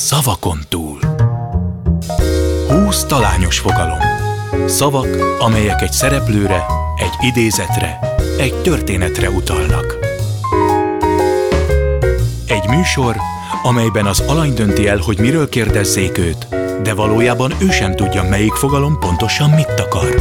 Szavakon túl. 20 talányos fogalom. Szavak, amelyek egy szereplőre, egy idézetre, egy történetre utalnak. Egy műsor, amelyben az alany dönti el, hogy miről kérdezzék őt, de valójában ő sem tudja, melyik fogalom pontosan mit akar.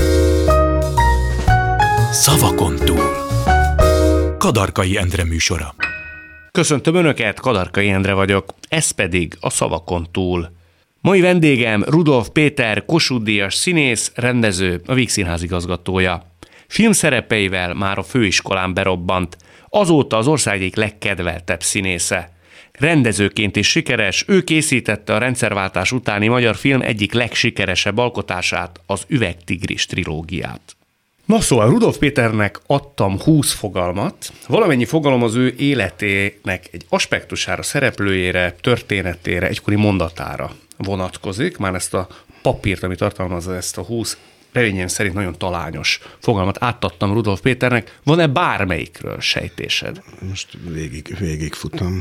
Szavakon túl. Kadarkai Endre műsora. Köszöntöm Önöket, Kadarkai Endre vagyok, ez pedig a Szavakon túl. Mai vendégem Rudolf Péter, Kossuth-díjas színész, rendező, a Víg Színház igazgatója. Filmszerepeivel már a főiskolán berobbant, azóta az ország egyik legkedveltebb színésze. Rendezőként is sikeres, ő készítette a rendszerváltás utáni magyar film egyik legsikeresebb alkotását, az Üvegtigris trilógiát. Na szóval Rudolf Péternek adtam 20 fogalmat, valamennyi fogalom az ő életének egy aspektusára, szereplőjére, történetére, egykori mondatára vonatkozik. Már ezt a papírt, ami tartalmazza ezt a 20 reményem szerint nagyon talányos fogalmat átadtam Rudolf Péternek. Van-e bármelyikről sejtésed? Most végig futom.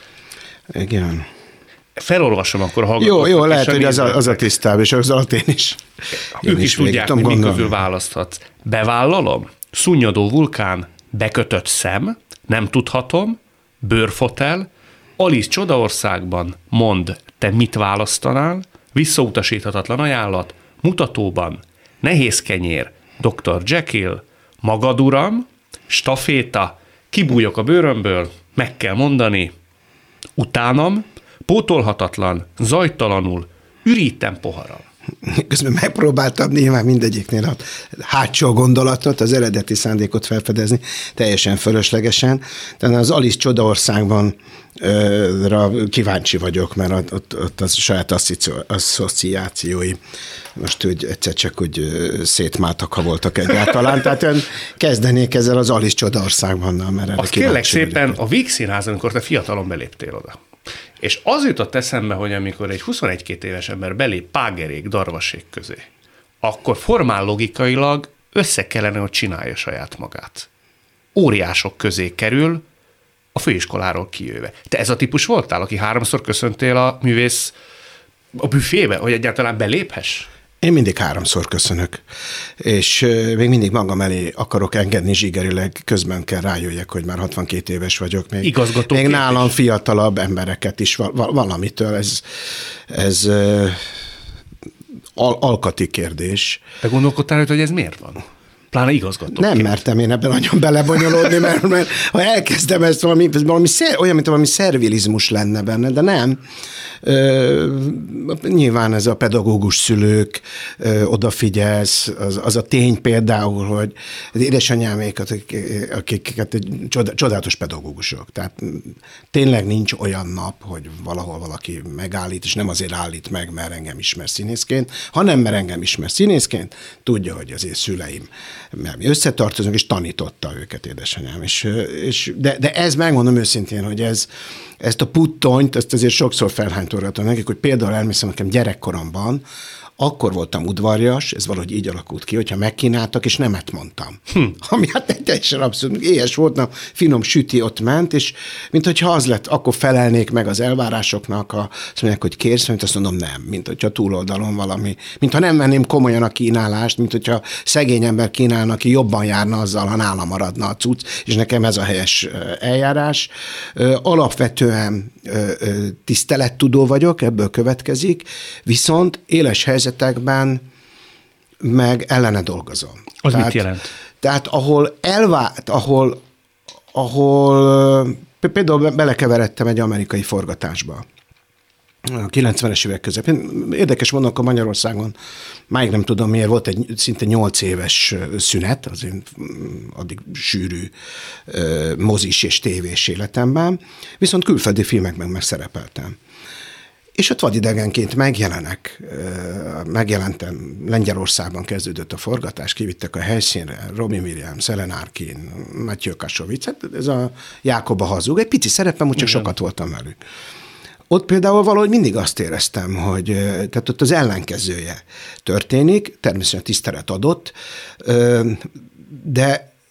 Igen. Felolvasom akkor a hallgatóknak. Jó, lehet, hogy az a tisztább, és az alatt én is. Ők is tudják, hogy mi közül választhatsz. Bevállalom, szunnyadó vulkán, bekötött szem, nem tudhatom, bőrfotel, Alice Csodaországban, mondd, te mit választanál, visszautasíthatatlan ajánlat, mutatóban, nehéz kenyér, Dr. Jekyll, magad uram, staféta, kibújok a bőrömből, meg kell mondani, utánam, pótolhatatlan, zajtalanul, ürítem poharam. Közben megpróbáltam nyilván mindegyiknél a hátsó gondolatot, az eredeti szándékot felfedezni, teljesen fölöslegesen. De az Alice Csodaországban kíváncsi vagyok, mert ott az saját asszociációi most úgy egyszer csak úgy szétmáltak, ha voltak egyáltalán. Tehát kezdenék ezzel az Alice Csodaországban. Mert azt kérlek szépen a Víg Színház, amikor te fiatalon beléptél oda. És az jutott eszembe, hogy amikor egy 21-22 éves ember belép Págerék, Darvasék közé, akkor formál logikailag össze kellene, hogy csinálja saját magát. Óriások közé kerül, a főiskoláról kijöve. Te ez a típus voltál, aki 3-szor köszöntél a művész a büfébe, hogy egyáltalán beléphess? Én mindig 3-szor köszönök, és még mindig magam elé akarok engedni zsigerileg, közben kell rájöjjek, hogy már 62 éves vagyok. Még nálam fiatalabb embereket is valamitől, ez alkati kérdés. Te gondolkodtál, hogy ez miért van? Pláne igazgató. Nem mertem én ebben nagyon belebonyolódni, mert ha elkezdem ezt olyan, mint valami szervilizmus lenne benne, de nem. Nyilván ez a pedagógus szülők, odafigyelsz, az a tény például, hogy az édesanyámékat, akiket csodálatos pedagógusok. Tehát tényleg nincs olyan nap, hogy valahol valaki megállít, és nem azért állít meg, mert engem ismer színészként, hanem mert engem ismer színészként, tudja, hogy azért szüleim mert mi összetartozunk, és tanította őket édesanyám. De ez megmondom őszintén, hogy ezt a puttonyt, ezt azért sokszor felhánytorgatom nekik, hogy például elmészem nekem gyerekkoromban, akkor voltam udvarjas, ez valahogy így alakult ki, hogyha megkínáltak, és nemet mondtam. Ami hát teljesen abszolút, éhes voltam, finom süti ott ment, és mint hogyha az lett, akkor felelnék meg az elvárásoknak, azt mondják, hogy kérsz, mint azt mondom, nem, mint hogyha túloldalon valami, mintha nem venném komolyan a kínálást, mint hogyha szegény ember kínálna, aki jobban járna azzal, ha nála maradna a cucc, és nekem ez a helyes eljárás. Alapvetően tisztelettudó vagyok, ebből következik, viszont éles helyzetekben meg ellene dolgozom. Az mit jelent? Tehát ahol például belekeveredtem egy amerikai forgatásba. A 90-es évek közepén. Érdekes mondom, a Magyarországon máig nem tudom miért, volt egy szinte 8 éves szünet, az én addig sűrű mozis és tévés életemben, viszont külföldi filmekben meg szerepeltem. És ott vadidegenként megjelentem, Lengyelországban kezdődött a forgatás, kivittek a helyszínre, Robin Williams, Ellen Arkin, Matthew Kassovitz, hát ez a Jákob a hazug, egy pici szerepem, úgy csak sokat voltam velük. Ott például valahogy mindig azt éreztem, hogy tehát ott az ellenkezője történik, természetesen tisztelet adott, de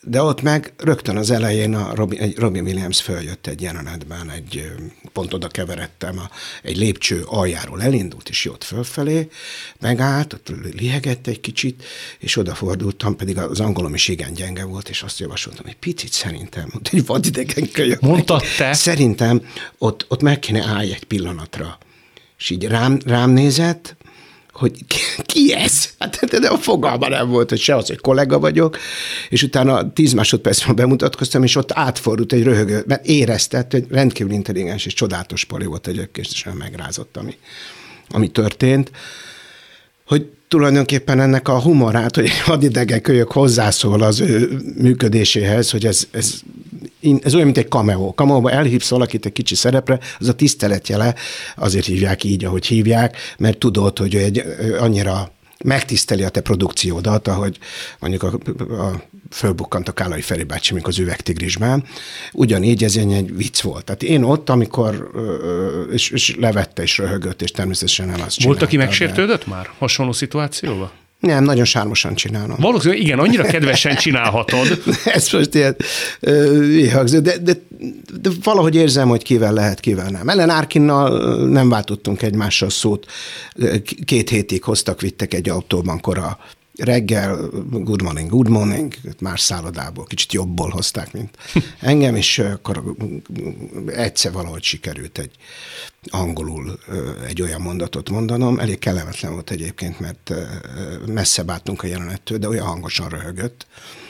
De ott meg rögtön az elején Robin Williams följött egy jelenetben, pont oda keveredtem, egy lépcső aljáról elindult, és jött fölfelé, megállt, ott lihegett egy kicsit, és odafordultam, pedig az angolom is igen gyenge volt, és azt javasoltam, hogy picit szerintem, ott egy vadidegen kölyök. Mondtad te? Szerintem ott meg kéne állj egy pillanatra. És így rám nézett, hogy ki ez? Hát de a fogalma nem volt, hogy se az, hogy kollega vagyok, és utána 10 másodpercben bemutatkoztam, és ott átfordult egy röhögő, mert érezte, hogy rendkívül intelligens és csodálatos pali volt egyébként, és megrázott, ami történt, hogy tulajdonképpen ennek a humorát, hogy egy vadidegen kölyök hozzászól az ő működéséhez, hogy ez olyan, mint egy cameo. Cameóban elhívsz valakit egy kicsi szerepre, az a tiszteletjele, azért hívják így, ahogy hívják, mert tudod, hogy annyira megtiszteli a te produkciódat, ahogy mondjuk fölbukkant a Kálai Feri bácsi, mikor az Üvegtigrisben. Ugyanígy ez egy vicc volt. Tehát én ott, amikor és levette és röhögött, és természetesen nem azt csinálta. Volt, aki megsértődött már hasonló szituációban? Nem, nagyon sármosan csinálom. Valószínűleg igen, annyira kedvesen csinálhatod. Ez most ilyen de valahogy érzem, hogy kivel lehet, kivel nem. Ellen Arkinnal nem váltottunk egymással szót. 2 hétig vittek egy autóban kora reggel, good morning, más szállodából, kicsit jobbból hozták, mint engem, és akkor egyszer valahogy sikerült angolul egy olyan mondatot mondanom. Elég kellemetlen volt egyébként, mert messzebb álltunk a jelenettől, de olyan hangosan röhögött,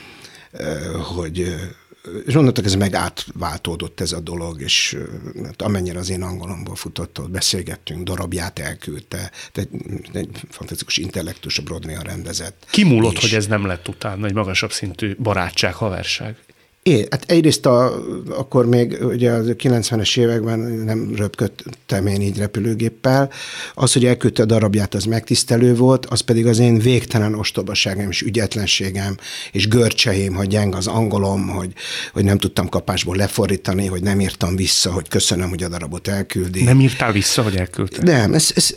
hogy és onnantól ez meg átváltódott ez a dolog, és amennyire az én angolomból futott, ott beszélgettünk, darabját elküldte, egy fantasztikus intellektus, a Brodnia rendezett. Kimúlott, hogy ez nem lett utána egy magasabb szintű barátság, haverság? Hát egyrészt akkor még ugye a 90-es években nem röpködtem én így repülőgéppel. Az, hogy elküldte a darabját, az megtisztelő volt, az pedig az én végtelen ostobaságom és ügyetlenségem és görcseim, hogy gyenge az angolom, hogy nem tudtam kapásból lefordítani, hogy nem írtam vissza, hogy köszönöm, hogy a darabot elküldi. Nem írtál vissza, hogy elküldte? Nem,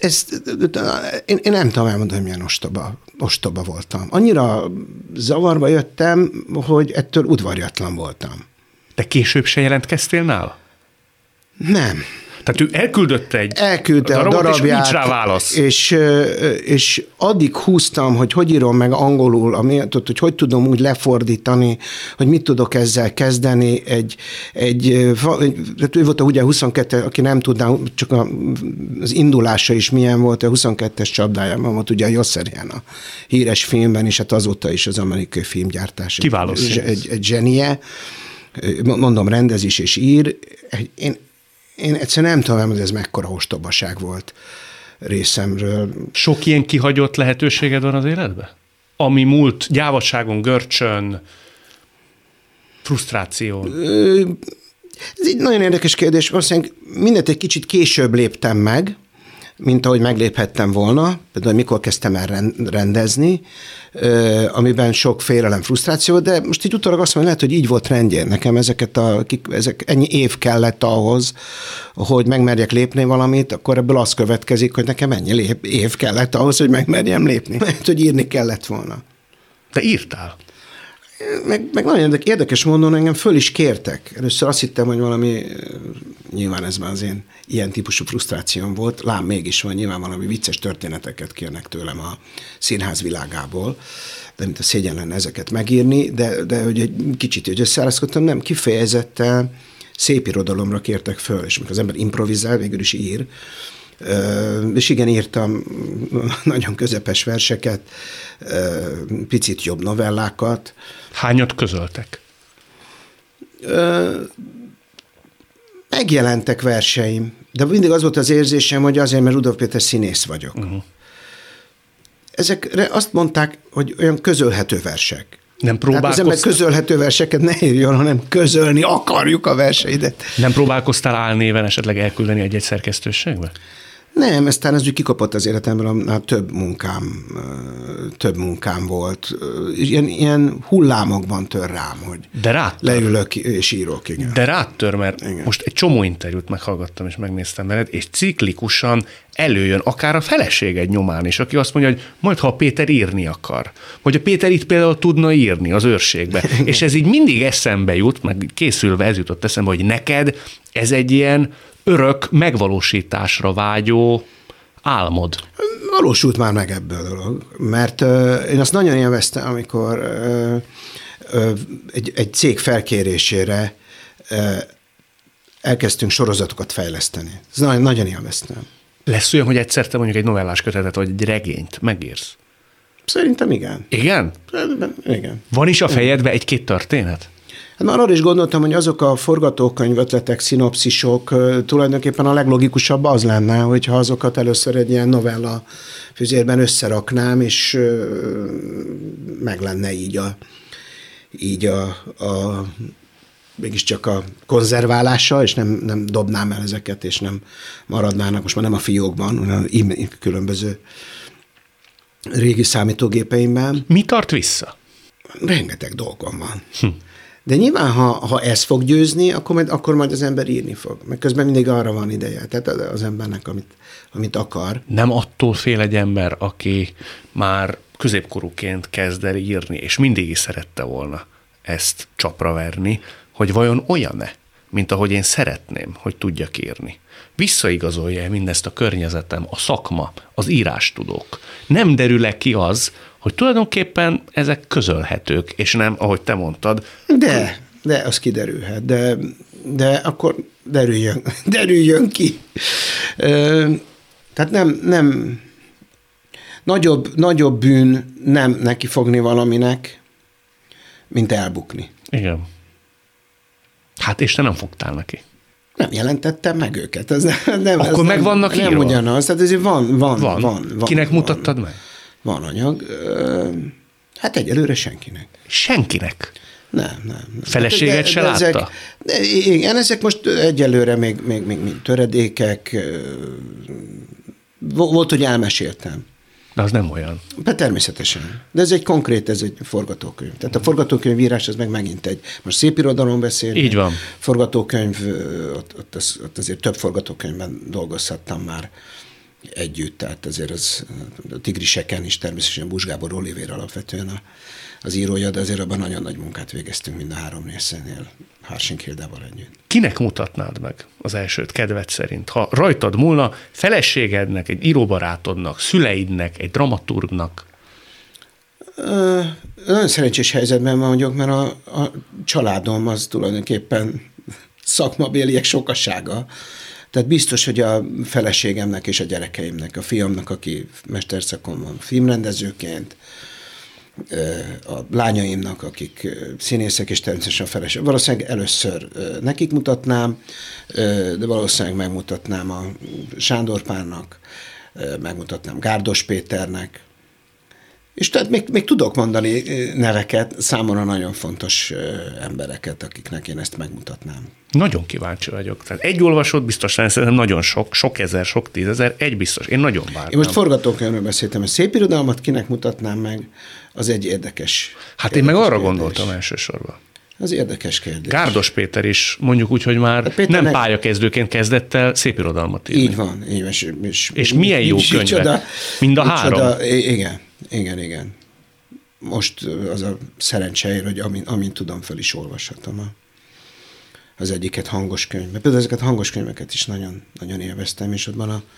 én nem tudom elmondani, hogy milyen ostoba voltam. Annyira zavarba jöttem, hogy ettől udvarjatlan voltam. De később se jelentkeztél nála? Nem. Tehát ő elküldte a darabját, és nincs rá válasz. És addig húztam, hogy írom meg angolul, hogy tudom úgy lefordítani, hogy mit tudok ezzel kezdeni. Ő volt ugye 22, aki nem tudná, csak az indulása is milyen volt, a 22-es csapdájában volt ugye a Josszerian a híres filmben, és hát azóta is az amerikai filmgyártás. Kiváló egy zsenie. Mondom, rendezés és ír. Én egyszerűen nem tudom, hogy ez mekkora ostobaság volt részemről. Sok ilyen kihagyott lehetőséged van az életben? Ami múlt gyávaságon, görcsön, frusztráción? Ez egy nagyon érdekes kérdés. Valószínűleg mindent egy kicsit később léptem meg, mint ahogy megléphettem volna, például mikor kezdtem el rendezni, amiben sok félelem, frusztráció, de most így utólag azt mondom, lehet, hogy így volt rendjén. Nekem ennyi év kellett ahhoz, hogy megmerjek lépni valamit, akkor ebből az következik, hogy nekem ennyi év kellett ahhoz, hogy megmerjem lépni. Lehet, hogy írni kellett volna. De írtál? Meg nagyon érdekes módon engem föl is kértek. Először azt hittem, hogy valami, nyilván ez már az én ilyen típusú frusztrációm volt, lám mégis van, nyilván valami vicces történeteket kérnek tőlem a színház világából, de mint a szégyen lenne ezeket megírni, de hogy egy kicsit hogy összeállaszkodtam, nem, kifejezetten szép irodalomra kértek föl, és amikor az ember improvizál, végül is ír, és igen, írtam nagyon közepes verseket, picit jobb novellákat. Hányat közöltek? Megjelentek verseim, de mindig az volt az érzésem, hogy azért, mert Rudolf Péter színész vagyok. Ezekre azt mondták, hogy olyan közölhető versek. Nem próbálkoztál? Az ember közölhető verseket ne írjon, hanem közölni akarjuk a verseidet. Nem próbálkoztál álnéven esetleg elküldeni egy szerkesztőségbe? Nem, aztán ez úgy kikapott az életemből, már több munkám volt. Ilyen hullámokban tör rám, hogy leülök és írok. Igen. De rád tör, mert igen. Most egy csomó interjút meghallgattam és megnéztem veled, és ciklikusan előjön akár a feleséged nyomán is, aki azt mondja, hogy majd ha a Péter írni akar. Vagy a Péter itt például tudna írni az őrségbe. És ez így mindig eszembe jut, meg készülve ez jutott eszembe, hogy neked ez egy ilyen örök megvalósításra vágyó álmod. Valósult már meg ebből a dolog, mert én azt nagyon élveztem, amikor egy cég felkérésére elkezdtünk sorozatokat fejleszteni. Ez nagyon, nagyon élveztem. Lesz olyan, hogy egyszer te mondjuk egy novellás kötetet, vagy egy regényt megírsz? Szerintem igen. Igen? Igen. Van is a fejedben egy-két történet? Hát már arra is gondoltam, hogy azok a forgatókönyvötletek, szinopszisok tulajdonképpen a leglogikusabb az lenne, hogyha azokat először egy ilyen novella füzérben összeraknám, és meg lenne így a mégiscsak a konzerválása, és nem dobnám el ezeket, és nem maradnának, most már nem a fiókban, hanem különböző régi számítógépeimben. Mi tart vissza? Rengeteg dolgom van. De nyilván, ha ez fog győzni, akkor majd az ember írni fog. Mert közben mindig arra van ideje, tehát az embernek, amit akar. Nem attól fél egy ember, aki már középkorúként kezd el írni, és mindig is szerette volna ezt csapra verni, hogy vajon olyan-e, mint ahogy én szeretném, hogy tudjak írni. Visszaigazolja mindezt a környezetem, a szakma, az írástudók. Nem derül-e ki az, hogy tulajdonképpen ezek közölhetők, és nem, ahogy te mondtad. De az kiderülhet, de akkor derüljön ki. Tehát nem nagyobb bűn nem nekifogni valaminek, mint elbukni. Igen. Hát és te nem fogtál neki. Nem jelentettem meg őket. Akkor meg vannak írva? Nem ugyanaz, tehát ezért van. Kinek mutattad meg? Van anyag. Hát egyelőre senkinek. Senkinek? Nem. Feleséged se látta? Igen, ezek most egyelőre még töredékek. Volt, hogy elmeséltem. De az nem olyan. Természetesen. De ez egy konkrét, ez egy forgatókönyv. Tehát a forgatókönyvírás az meg megint egy, most szépirodalom beszélni. Így van. Forgatókönyv, ott azért több forgatókönyvben dolgozhattam már együtt, tehát azért a Tigriseken is természetesen Busch Gábor Olivér alapvetően az írója, de azért abban nagyon nagy munkát végeztünk mind a 3 részénél, Hársink Hildával együtt. Kinek mutatnád meg az elsőt kedved szerint? Ha rajtad múlna, feleségednek, egy íróbarátodnak, szüleidnek, egy dramaturgnak? Nagyon szerencsés helyzetben vagyok, mert a családom az tulajdonképpen szakmabéliek sokasága. Tehát biztos, hogy a feleségemnek és a gyerekeimnek, a fiamnak, aki mesterszakon van filmrendezőként, a lányaimnak, akik színészek, és természetesen a feleség. Valószínűleg először nekik mutatnám, de valószínűleg megmutatnám a Sándor Pálnak, megmutatnám Gárdos Péternek, és tehát még tudok mondani neveket, számomra nagyon fontos embereket, akiknek én ezt megmutatnám. Nagyon kíváncsi vagyok. Tehát egy olvasót biztos szerintem nagyon sok ezer, sok tízezer, egy biztos. Én nagyon vártam. Én most forgatókönyvről beszéltem, a szépirodalmat kinek mutatnám meg, az egy érdekes. Hát én meg arra kérdés. Gondoltam elsősorban. Az érdekes kérdés. Gárdos Péter is, mondjuk úgy, hogy már nem pályakezdőként kezdett el szépirodalmat írni. Így van. És milyen jó könyvek. Mind a 3. Igen. Most az a szerencséért, hogy amint tudom, fel is olvashatom az egyiket hangos könyvbe. Például ezeket a hangos könyveket is nagyon, nagyon élveztem, és ott a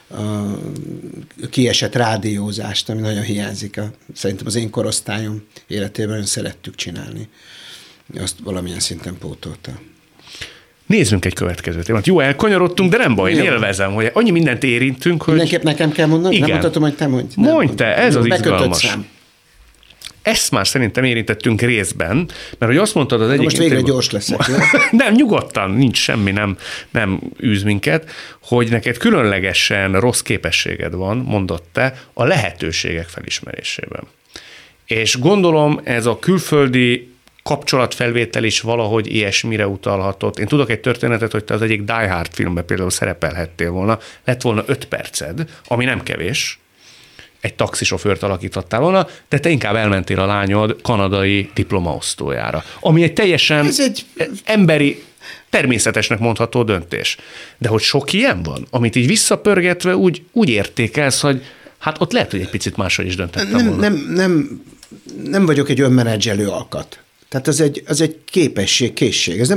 kiesett rádiózást, ami nagyon hiányzik. Szerintem az én korosztályom életében szerettük csinálni. Azt valamilyen szinten pótolta. Nézzünk egy következő témát. Jó, elkanyarodtunk, de nem baj, én élvezem, hogy annyi mindent érintünk, hogy... Mindenképp nekem kell mondani? Igen. Nem mutatom, hogy te mondj. Mondj te, ez az izgalmas. Ezt már szerintem érintettünk részben, mert hogy azt mondtad az egyik... Most végre gyors leszek, jó? Nem, nyugodtan, nincs semmi, nem űz minket, hogy neked különlegesen rossz képességed van, mondott te, a lehetőségek felismerésében. És gondolom ez a külföldi kapcsolatfelvétel is valahogy ilyesmire utalhatott. Én tudok egy történetet, hogy te az egyik Die Hard filmben például szerepelhettél volna, lett volna 5 perced, ami nem kevés, egy taxisofőrt alakítottál volna, de te inkább elmentél a lányod kanadai diplomaosztójára, ami egy teljesen emberi, természetesnek mondható döntés. De hogy sok ilyen van, amit így visszapörgetve úgy értékelsz, hogy hát ott lehet, hogy egy picit máshogy is döntettem volna. Nem vagyok egy önmenedzselő alkat. Tehát az egy képesség, készség. Ez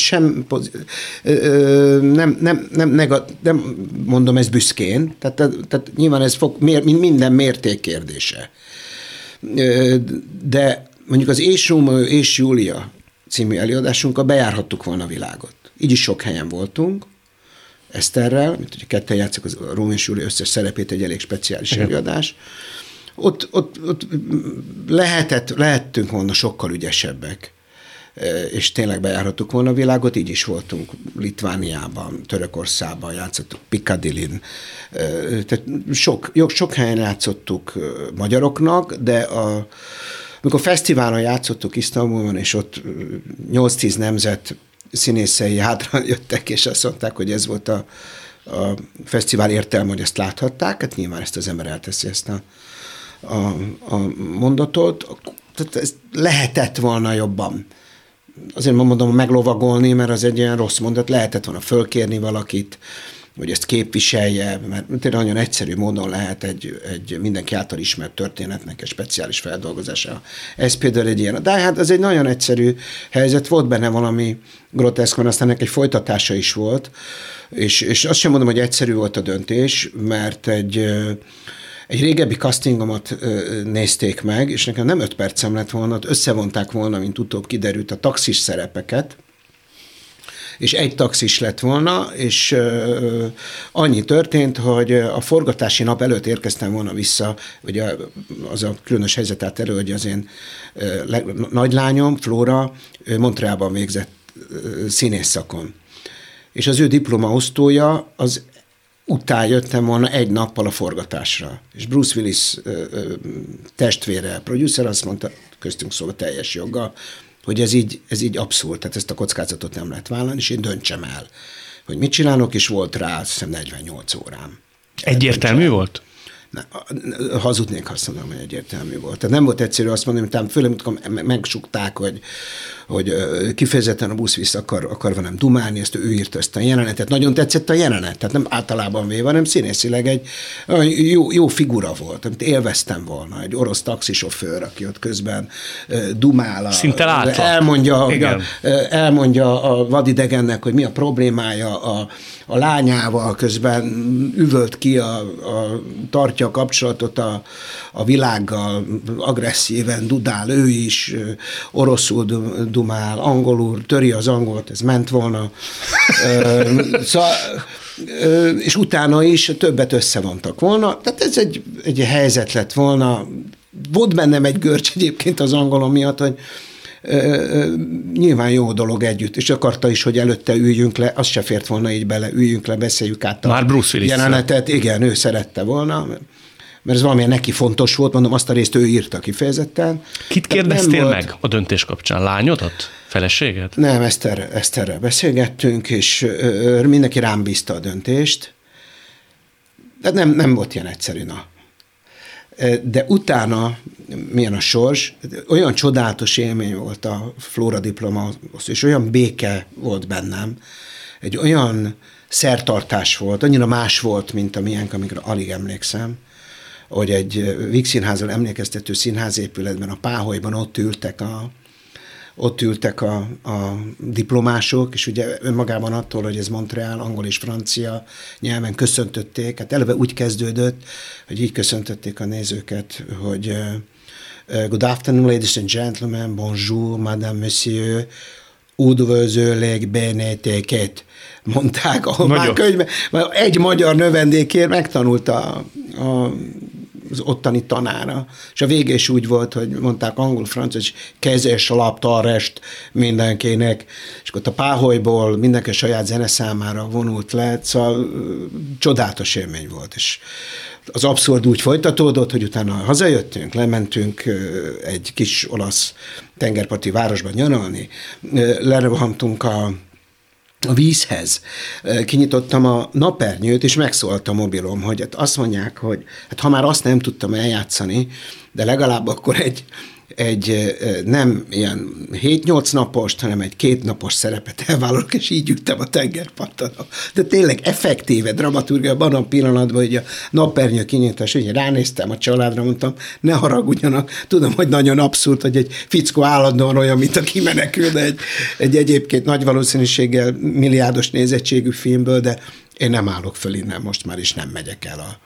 nem mondom ezt büszkén, tehát nyilván ez minden mérték kérdése. De mondjuk az És Rómeó és Júlia című előadásunkkal bejárhattuk volna a világot. Így is sok helyen voltunk, Eszterrel, mint hogy ketten játszok az Rómeó és Júlia összes szerepét, egy elég speciális előadás. Ott lehettünk volna sokkal ügyesebbek, és tényleg bejárhattuk volna a világot, így is voltunk Litvániában, Törökországban játszottuk, Piccadillyn, tehát sok helyen játszottuk magyaroknak, de amikor fesztiválon játszottuk Isztambulban, és ott 8-10 nemzet színészei hátra jöttek, és azt mondták, hogy ez volt a fesztivál értelme, hogy ezt láthatták, hát nyilván ezt az ember elteszi ezt a mondatot, tehát ez lehetett volna jobban. Azért mondom meglovagolni, mert az egy ilyen rossz mondat, lehetett volna fölkérni valakit, hogy ezt képviselje, mert tényleg nagyon egyszerű módon lehet egy mindenki által ismert történetnek egy speciális feldolgozása. Ez például egy ilyen. De hát ez egy nagyon egyszerű helyzet, volt benne valami groteszk, mert aztán egy folytatása is volt, és azt sem mondom, hogy egyszerű volt a döntés, mert egy régebbi castingomat nézték meg, és nekem nem 5 percem lett volna, összevonták volna, mint utóbb kiderült, a taxis szerepeket, és egy taxis lett volna, és annyi történt, hogy a forgatási nap előtt érkeztem volna vissza, ugye az a különös helyzet állt elő, hogy az én nagylányom, Flóra, Montrealban végzett színész szakon. És az ő diplomaosztója az után jöttem volna egy nappal a forgatásra. És Bruce Willis testvére, producer azt mondta, köztünk szóval teljes joggal, hogy ez így abszurd, tehát ezt a kockázatot nem lehet vállalni, és én döntsem el, hogy mit csinálok, és volt rá, azt hiszem 48 órám. Egyértelmű volt? Hazudnék, azt mondom, hogy egyértelmű volt. Tehát nem volt egyszerű azt mondani, hogy főleg, amikor megsukták, hogy kifejezetten a Bruce Willis akar velem dumálni, ezt ő írta ezt a jelenetet. Nagyon tetszett a jelenet, tehát nem általában véve, hanem színészileg egy jó figura volt, amit élveztem volna. Egy orosz taxisofőr, aki ott közben dumál. Szinte látva. Elmondja a vadidegennek, hogy mi a problémája a lányával, közben üvölt ki, tartja a kapcsolatot a világgal, agresszíven dudál, ő is oroszul dumál, angolul, töri az angolt, ez ment volna. Szóval, és utána is többet összevontak volna. Tehát ez egy helyzet lett volna. Volt bennem egy görcs egyébként az angolom miatt, hogy nyilván jó dolog együtt, és akarta is, hogy előtte üljünk le, az se fért volna így bele, üljünk le, beszéljük át a jelenetet. Igen, ő szerette volna, mert ez valamilyen neki fontos volt, mondom, azt a részt ő írta kifejezetten. Kit kérdeztél meg a döntés kapcsán? Lányodat? Feleséget? Nem, Eszterrel beszélgettünk, és mindenki rám bízta a döntést, de nem volt ilyen egyszerű, na. De utána milyen a sors, olyan csodálatos élmény volt a Flóra diploma, és olyan béke volt bennem, egy olyan szertartás volt, annyira más volt, mint a miénk, amikre alig emlékszem, hogy egy Vígszínházról emlékeztető színházépületben, a Páholyban ott ültek a diplomások, és ugye önmagában attól, hogy ez Montreal, angol és francia nyelven köszöntötték, hát eleve úgy kezdődött, hogy így köszöntötték a nézőket, hogy good afternoon, ladies and gentlemen, bonjour, madame, monsieur, üdvözöllek benneteket, mondták a már könyvben. Egy magyar növendékért megtanulta az ottani tanára, és a vége is úgy volt, hogy mondták angol, francia, és kezes laptarest mindenkinek, és ott a Páholyból mindenki saját zeneszámára vonult le, szóval csodálatos élmény volt, és Az abszurd úgy folytatódott, hogy utána hazajöttünk, lementünk egy kis olasz tengerparti városban nyaralni, lerohantunk a vízhez, kinyitottam a napernyőt, és megszólalt a mobilom, hogy hát azt mondják, hogy hát ha már azt nem tudtam eljátszani, de legalább akkor egy nem ilyen 7-8 napost, hanem egy 2 napos szerepet elvállalok, és így ültem a tengerparton. De tényleg effektíve dramaturgiában a pillanatban, hogy a napernyő kinyitás, hogy ránéztem a családra, mondtam, ne haragudjanak, tudom, hogy nagyon abszurd, hogy egy fickó állandóan olyan, mint aki menekül, de egy egyébként nagy valószínűséggel milliárdos nézettségű filmből, de én nem állok föl innen most már, és nem megyek el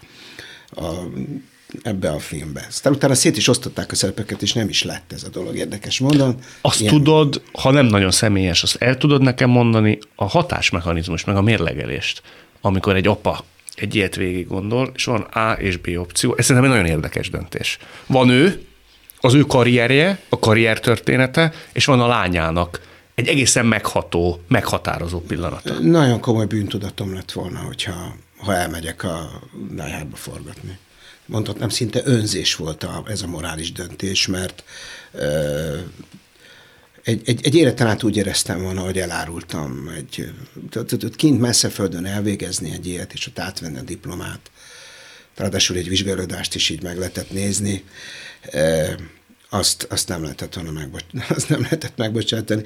ebbe a filmbe. Aztán utána szét is osztották a szerepeket, és nem is lett ez a dolog, érdekes módon. Azt tudod, ha nem nagyon személyes, azt el tudod nekem mondani a hatásmechanizmus, meg a mérlegelést, amikor egy apa egy ilyet végig gondol, és van A és B opció. Ez szerintem egy nagyon érdekes döntés. Van ő, az ő karrierje, a karriertörténete, és van a lányának egy egészen meghatározó pillanata. Nagyon komoly bűntudatom lett volna, ha elmegyek a Die forgatni. Mondhatnám, szinte önzés volt ez a morális döntés, mert egy életen át úgy éreztem volna, hogy elárultam kint messze földön elvégezni egy ilyet, és ott átvenni a diplomát. Ráadásul egy vizsgálódást is így meg lehetett nézni. Azt nem lehetett volna megbocsátani.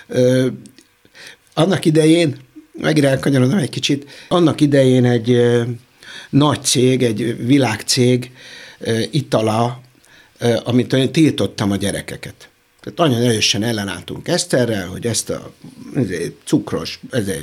Annak idején, megint elkanyarodom egy kicsit, annak idején egy nagy cég, egy világcég, Itala, amit én tiltottam a gyerekeket. Tehát nagyon erősen ellenálltunk Eszterrel, hogy ezt a cukros,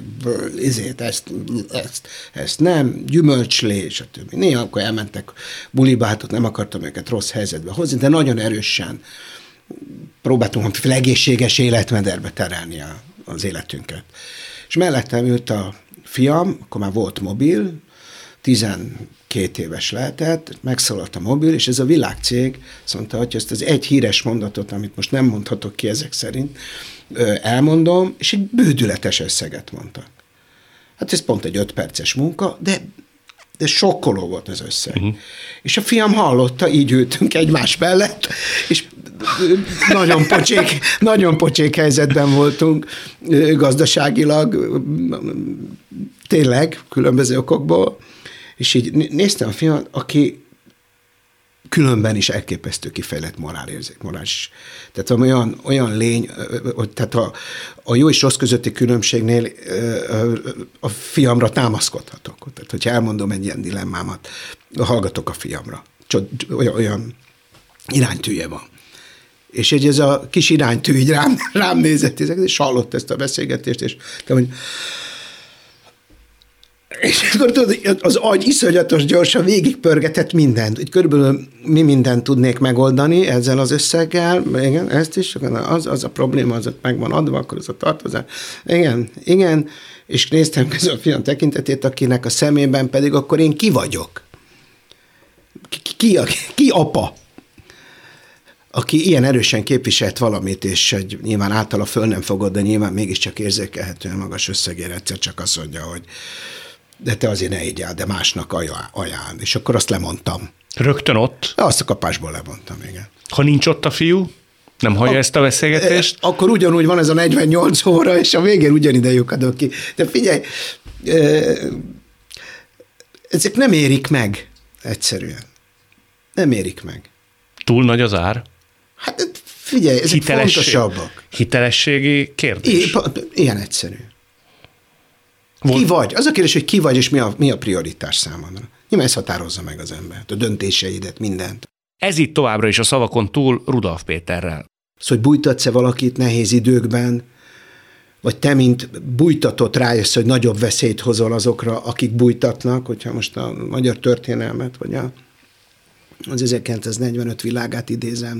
ezt nem, gyümölcslé, stb. Néha akkor elmentek buliba, hát ott nem akartam őket rossz helyzetbe hozni, de nagyon erősen próbáltunk egészséges életmederbe terelni az életünket. És mellettem ült a fiam, akkor már volt mobil, 12 éves lehetett, megszólalt a mobil, és ez a világcég azt mondta, hogy ezt az egy híres mondatot, amit most nem mondhatok ki ezek szerint, elmondom, és egy bődületes összeget mondtak. Hát ez pont egy 5 perces munka, de sokkoló volt az összeg. Uh-huh. És a fiam hallotta, így ültünk egymás mellett, és nagyon pocsék helyzetben voltunk gazdaságilag, tényleg, különböző okokból, és így néztem a fiamat, aki különben is elképesztő kifejlett morális. Tehát olyan lény, tehát a jó és rossz közötti különbségnél a fiamra támaszkodhatok. Tehát, hogyha elmondom egy ilyen dilemmámat, hallgatok a fiamra. Olyan iránytűje van. És ez a kis iránytű így rám nézett, és hallott ezt a beszélgetést, és hogy és akkor tudod, az agy iszonyatos gyorsan végigpörgetett mindent. Úgy körülbelül mi mindent tudnék megoldani ezzel az összeggel, igen, ezt is, az a probléma, az ott meg van adva, akkor az a tartozás. Igen, és néztem közben a fiam tekintetét, akinek a szemében pedig akkor én ki vagyok? Ki apa? Aki ilyen erősen képviselt valamit, és nyilván általa föl nem fogod, de nyilván mégiscsak érzékelhetően magas összegére egyszer csak azt mondja, hogy de te azért ne így áll, de másnak ajánl. És akkor azt lemondtam. Rögtön ott? Azt a kapásból lemondtam, igen. Ha nincs ott a fiú, nem hallja ezt a beszélgetést? Akkor ugyanúgy van ez a 48 óra, és a végén ugyanide lyukadok ki. De figyelj, ezek nem érik meg egyszerűen. Nem érik meg. Túl nagy az ár? Hát figyelj, ezek fontosabbak. Hitelességi kérdés? Ilyen egyszerű. Ki vagy? Az a kérdés, hogy ki vagy, és mi a prioritás számodra. Nyilván ez határozza meg az embert, a döntéseidet, mindent. Ez itt továbbra is a Szavakon túl Rudolf Péterrel. Szóval, hogy bújtatsz-e valakit nehéz időkben, vagy te, mint bújtatott rájössz, hogy nagyobb veszélyt hozol azokra, akik bújtatnak, hogyha most a magyar történelmet, vagy az 1945 világát idézem.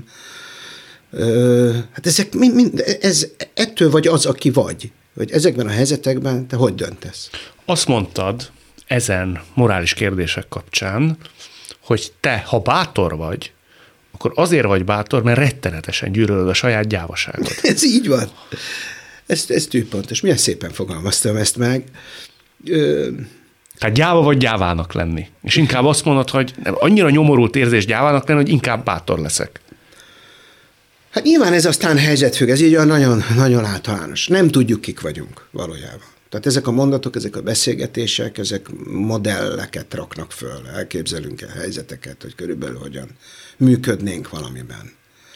Hát ezek ettől vagy az, aki vagy. Hogy ezekben a helyzetekben te hogy döntesz? Azt mondtad ezen morális kérdések kapcsán, hogy te, ha bátor vagy, akkor azért vagy bátor, mert rettenetesen gyűlölöd a saját gyávaságot. Ez így van. Ez tűpontos. Milyen szépen fogalmaztam ezt meg. Hát gyáva vagy gyávának lenni. És inkább azt mondod, hogy annyira nyomorult érzés gyávának lenni, hogy inkább bátor leszek. Hát nyilván ez aztán helyzetfügg, ez így olyan nagyon, nagyon általános. Nem tudjuk, kik vagyunk valójában. Tehát ezek a mondatok, ezek a beszélgetések, ezek modelleket raknak föl. Elképzelünk el helyzeteket, hogy körülbelül hogyan működnénk valamiben.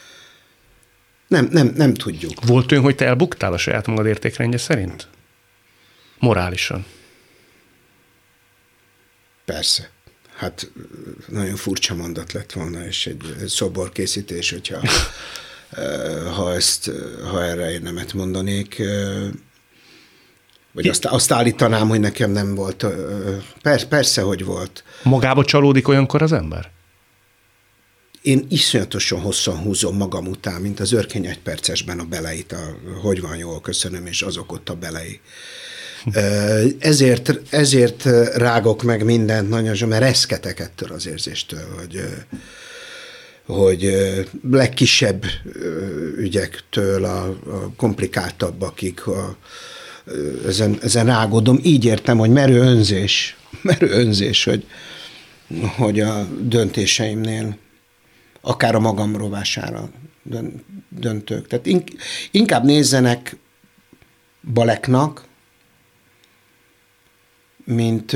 Nem tudjuk. Volt olyan, hogy te elbuktál a saját magad értékrendje szerint? Morálisan. Persze. Hát nagyon furcsa mondat lett volna, és egy szoborkészítés, hogyha ha erre én nemet mondanék, vagy azt állítanám, hogy nekem nem volt. Persze, hogy volt. Magába csalódik olyankor az ember? Én iszonyatosan hosszan húzom magam után, mint az Örkény egypercesben a beleit, hogy van jól, köszönöm, és azok ott a belei. Ezért rágok meg mindent nagyon, mert reszketek ettől az érzéstől, hogy legkisebb ügyektől a komplikáltabbakig ezen rágódom. Így értem, hogy merő önzés, hogy a döntéseimnél akár a magam rovására döntök. Tehát inkább nézzenek baleknak, mint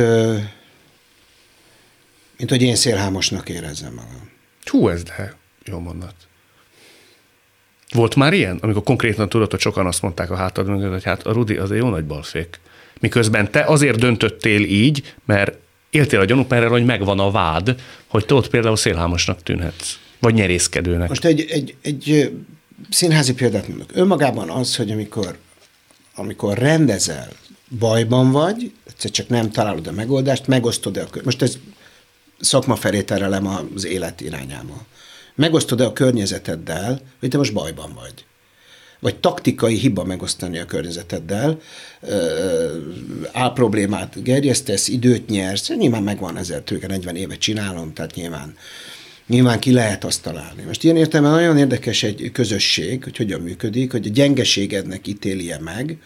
hogy én szélhámosnak érezzem magam. Hú, ez de jó mondat. Volt már ilyen, amikor konkrétan tudod, hogy sokan azt mondták a hátad mögött, hogy hát a Rudi az egy jó nagy balfék. Miközben te azért döntöttél így, mert éltél a gyanúperrel, hogy megvan a vád, hogy te ott például szélhámosnak tűnhetsz, vagy nyerészkedőnek. Most egy színházi példát mondok. Önmagában az, hogy amikor rendezel, bajban vagy, egyszer csak nem találod a megoldást, megosztod-e most ez szakma felé terelem az élet irányába. Megosztod-e a környezeteddel, hogy te most bajban vagy. Vagy taktikai hiba megosztani a környezeteddel, álproblémát gerjesztesz, időt nyersz, nyilván megvan 40 éve csinálom, tehát nyilván ki lehet azt találni. Most ilyen értelemben nagyon érdekes egy közösség, hogy hogyan működik, hogy a gyengeségednek ítélje meg,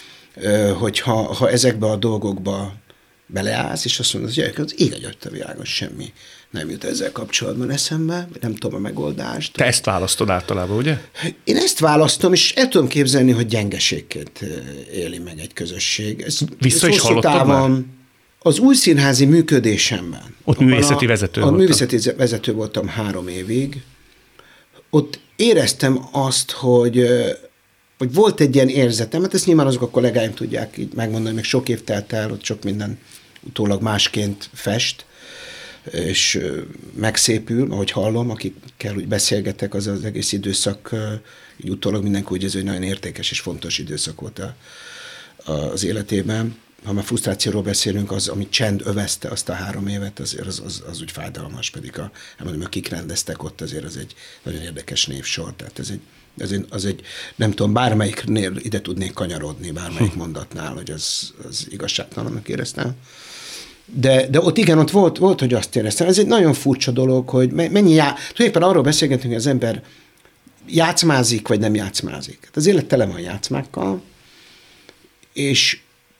hogyha ezekbe a dolgokba beleállsz, és azt mondod, hogy az ég a világon semmi nem jut ezzel kapcsolatban eszembe, vagy nem tudom a megoldást. Te ezt választod általában, ugye? Én ezt választom, és el tudom képzelni, hogy gyengeségként éli meg egy közösség. Vissza is hallottad már? Az új színházi működésemben. Ott művészeti vezető voltam. Művészeti vezető voltam 3 évig. Ott éreztem azt, hogy volt egy ilyen érzetem, hát ezt nyilván azok a kollégáim tudják így megmondani, még sok év telt el, ott sok minden utólag másként fest, és megszépül, ahogy hallom, akikkel úgy beszélgetek, az egész időszak, így utólag mindenki úgy érzi, hogy nagyon értékes és fontos időszak volt az életében. Ha már frusztrációról beszélünk, az, ami csend övezte azt a 3 évet, az úgy fájdalmas, pedig mondom, akik rendeztek ott, azért az egy nagyon érdekes névsor, tehát az egy, nem tudom, bármelyiknél ide tudnék kanyarodni, bármelyik mondatnál, hogy az igazságtalannak éreztem. De ott igen, ott volt, hogy azt éreztem. Ez egy nagyon furcsa dolog, hogy tulajdonképpen arról beszélgetünk, hogy az ember játszmázik, vagy nem játszmázik. Hát az élet tele van játszmákkal, és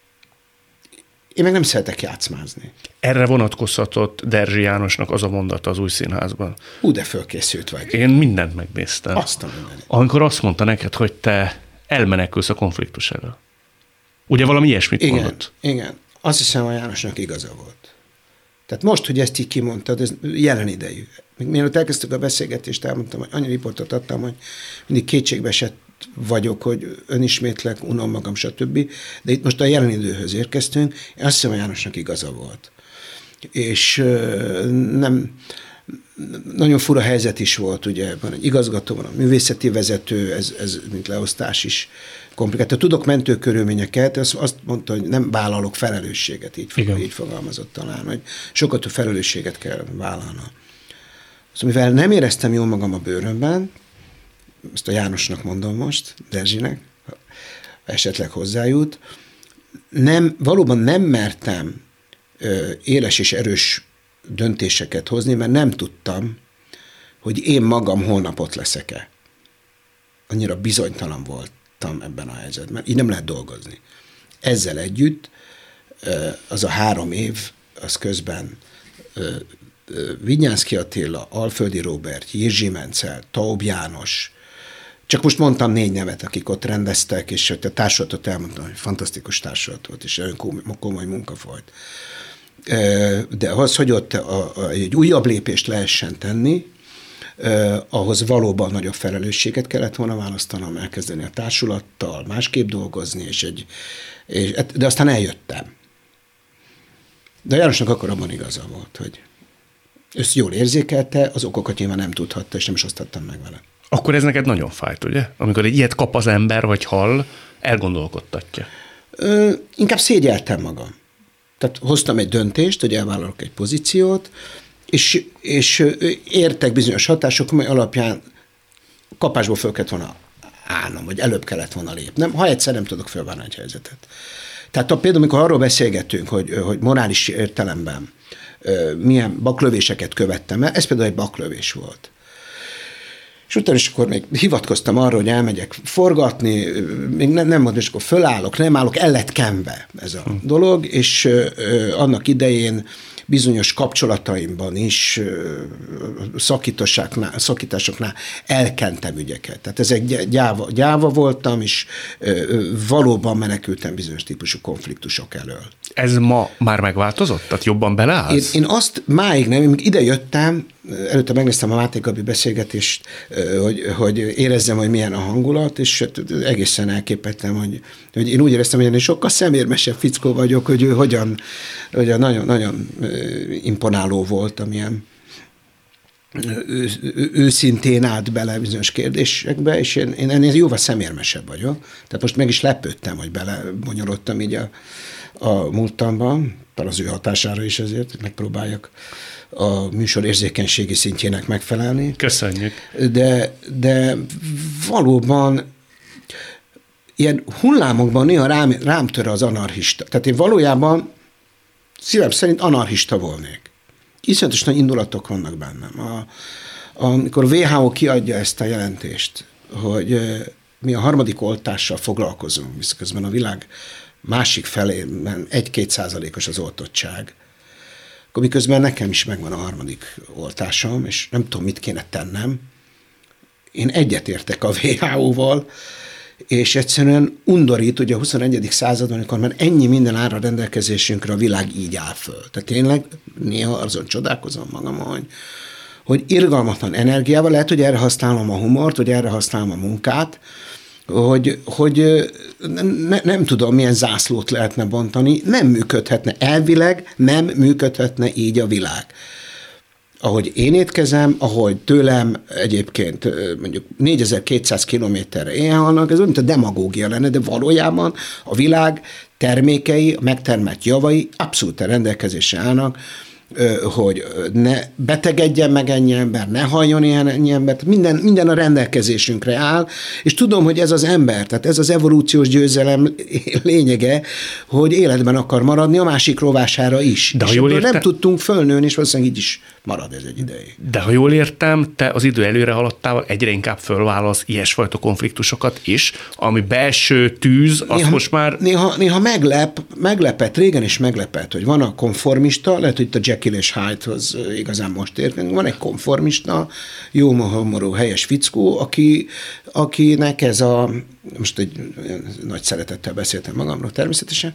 én meg nem szeretek játszmázni. Erre vonatkozhatott Derzsi Jánosnak az a mondata az új színházban. De fölkészült vagy. Én mindent megnéztem. Azt a mindenit. Amikor azt mondta neked, hogy te elmenekülsz a konfliktus elől. Ugye valami ilyesmit mondott? Igen. Azt hiszem, a Jánosnak igaza volt. Tehát most, hogy ezt így kimondtad, ez jelen idejű. Mielőtt elkezdtük a beszélgetést, elmondtam, hogy annyi riportot adtam, hogy mindig kétségbeesett vagyok, hogy önismétlek, unom magam, stb. De itt most a jelen időhöz érkeztünk, én azt hiszem, a Jánosnak igaza volt. És nem, nagyon fura helyzet is volt, ugye, van egy igazgató, van a művészeti vezető, ez mint leosztás is komplikált. Tudok mentőkörülményeket, azt mondta, hogy nem vállalok felelősséget, így fogalmazott talán, hogy sokkal több felelősséget kell vállalnom. Szóval mivel nem éreztem jól magam a bőrömben, ezt a Jánosnak mondom most, Derzsinek, esetleg hozzájut, valóban nem mertem éles és erős döntéseket hozni, mert nem tudtam, hogy én magam holnap ott leszek-e. Annyira bizonytalan voltam ebben a helyzetben. Így nem lehet dolgozni. Ezzel együtt az a 3 év, az közben Vignyánszky Attila, Alföldi Róbert, Jirzsi Mencel, Taub János, csak most mondtam 4 nevet, akik ott rendeztek, és a társulatot elmondtam, hogy fantasztikus társulat volt, és nagyon komoly munka volt. De ahhoz, hogy ott egy újabb lépést lehessen tenni, ahhoz valóban nagyobb felelősséget kellett volna választanom, elkezdeni a társulattal, másképp dolgozni, de aztán eljöttem. De Jánosnak akkor abban igaza volt, hogy ezt jól érzékelte, az okokat nyilván nem tudhatta, és nem is osztottam meg vele. Akkor ez neked nagyon fájt, ugye? Amikor egy ilyet kap az ember, vagy hall, elgondolkodtatja. Inkább szégyeltem magam. Tehát hoztam egy döntést, hogy elvállalok egy pozíciót, és értek bizonyos hatások, mely alapján kapásból föl kellett volna állnom, vagy előbb kellett volna lépnem, ha egyszer nem tudok fölválni egy helyzetet. Tehát például, amikor arról beszélgetünk, hogy morális értelemben milyen baklövéseket követtem el, ez például egy baklövés volt. És utána is akkor még hivatkoztam arra, hogy elmegyek forgatni, még nem mondom, és akkor fölállok, nem állok, el lett kenve ez a dolog, és annak idején bizonyos kapcsolataimban is szakításoknál elkentem ügyeket. Tehát ez egy gyáva voltam, és valóban menekültem bizonyos típusú konfliktusok elől. Ez ma már megváltozott? Tehát jobban beleállsz? Én azt máig nem, én ide jöttem, előtte megnéztem a Máté Gabi beszélgetést, hogy érezzem, hogy milyen a hangulat, és egészen elképettem, hogy én úgy éreztem, hogy én sokkal szemérmesebb fickó vagyok, hogy ő hogyan nagyon imponáló volt, amilyen őszintén állt bele bizonyos kérdésekbe, és én ennél jóval szemérmesebb vagyok. Tehát most meg is lepődtem, hogy belebonyolodtam így a múltamban, talán az ő hatására is ezért, hogy megpróbáljak a műsor érzékenységi szintjének megfelelni. Köszönjük. De valóban ilyen hullámokban néha rám tör az anarchista. Tehát én valójában szívem szerint anarchista volnék. Iszonyatos nagy indulatok vannak bennem. Amikor a WHO kiadja ezt a jelentést, hogy mi a 3. oltással foglalkozunk, miközben a világ másik felében 1-2% az oltottság, akkor miközben nekem is megvan a 3. oltásom, és nem tudom, mit kéne tennem. Én egyetértek a WHO-val, és egyszerűen undorít, ugye a 21. században, amikor már ennyi minden áll a rendelkezésünkre, a világ így áll föl. Tehát tényleg néha azon csodálkozom magam, hogy irgalmatlan energiával, lehet, hogy erre használom a humort, vagy erre használom a munkát, hogy nem tudom, milyen zászlót lehetne bontani, nem működhetne, elvileg nem működhetne így a világ. Ahogy én étkezem, ahogy tőlem egyébként mondjuk 4200 kilométerre éjhalnak, ez olyan, mint a demagógia lenne, de valójában a világ termékei, a megtermelt javai abszolút a rendelkezésre állnak, hogy ne betegedjen meg ennyi ember, ne halljon ennyi ember, minden a rendelkezésünkre áll, és tudom, hogy ez az ember, tehát ez az evolúciós győzelem lényege, hogy életben akar maradni a másik rovására is. De és ebből nem tudtunk fölnőni, és valószínűleg így is marad ez egy ideig. De ha jól értem, te az idő előre haladtával egyre inkább fölválasz ilyesfajta konfliktusokat is, ami belső tűz, az most már... Néha meglepett, régen is meglepett, hogy van a konformista, lehet, hogy itt a Jekyll és Hyde-hoz igazán most értünk, van egy konformista, jó moró, helyes fickó, akinek ez most egy nagy szeretettel beszéltem magamról természetesen,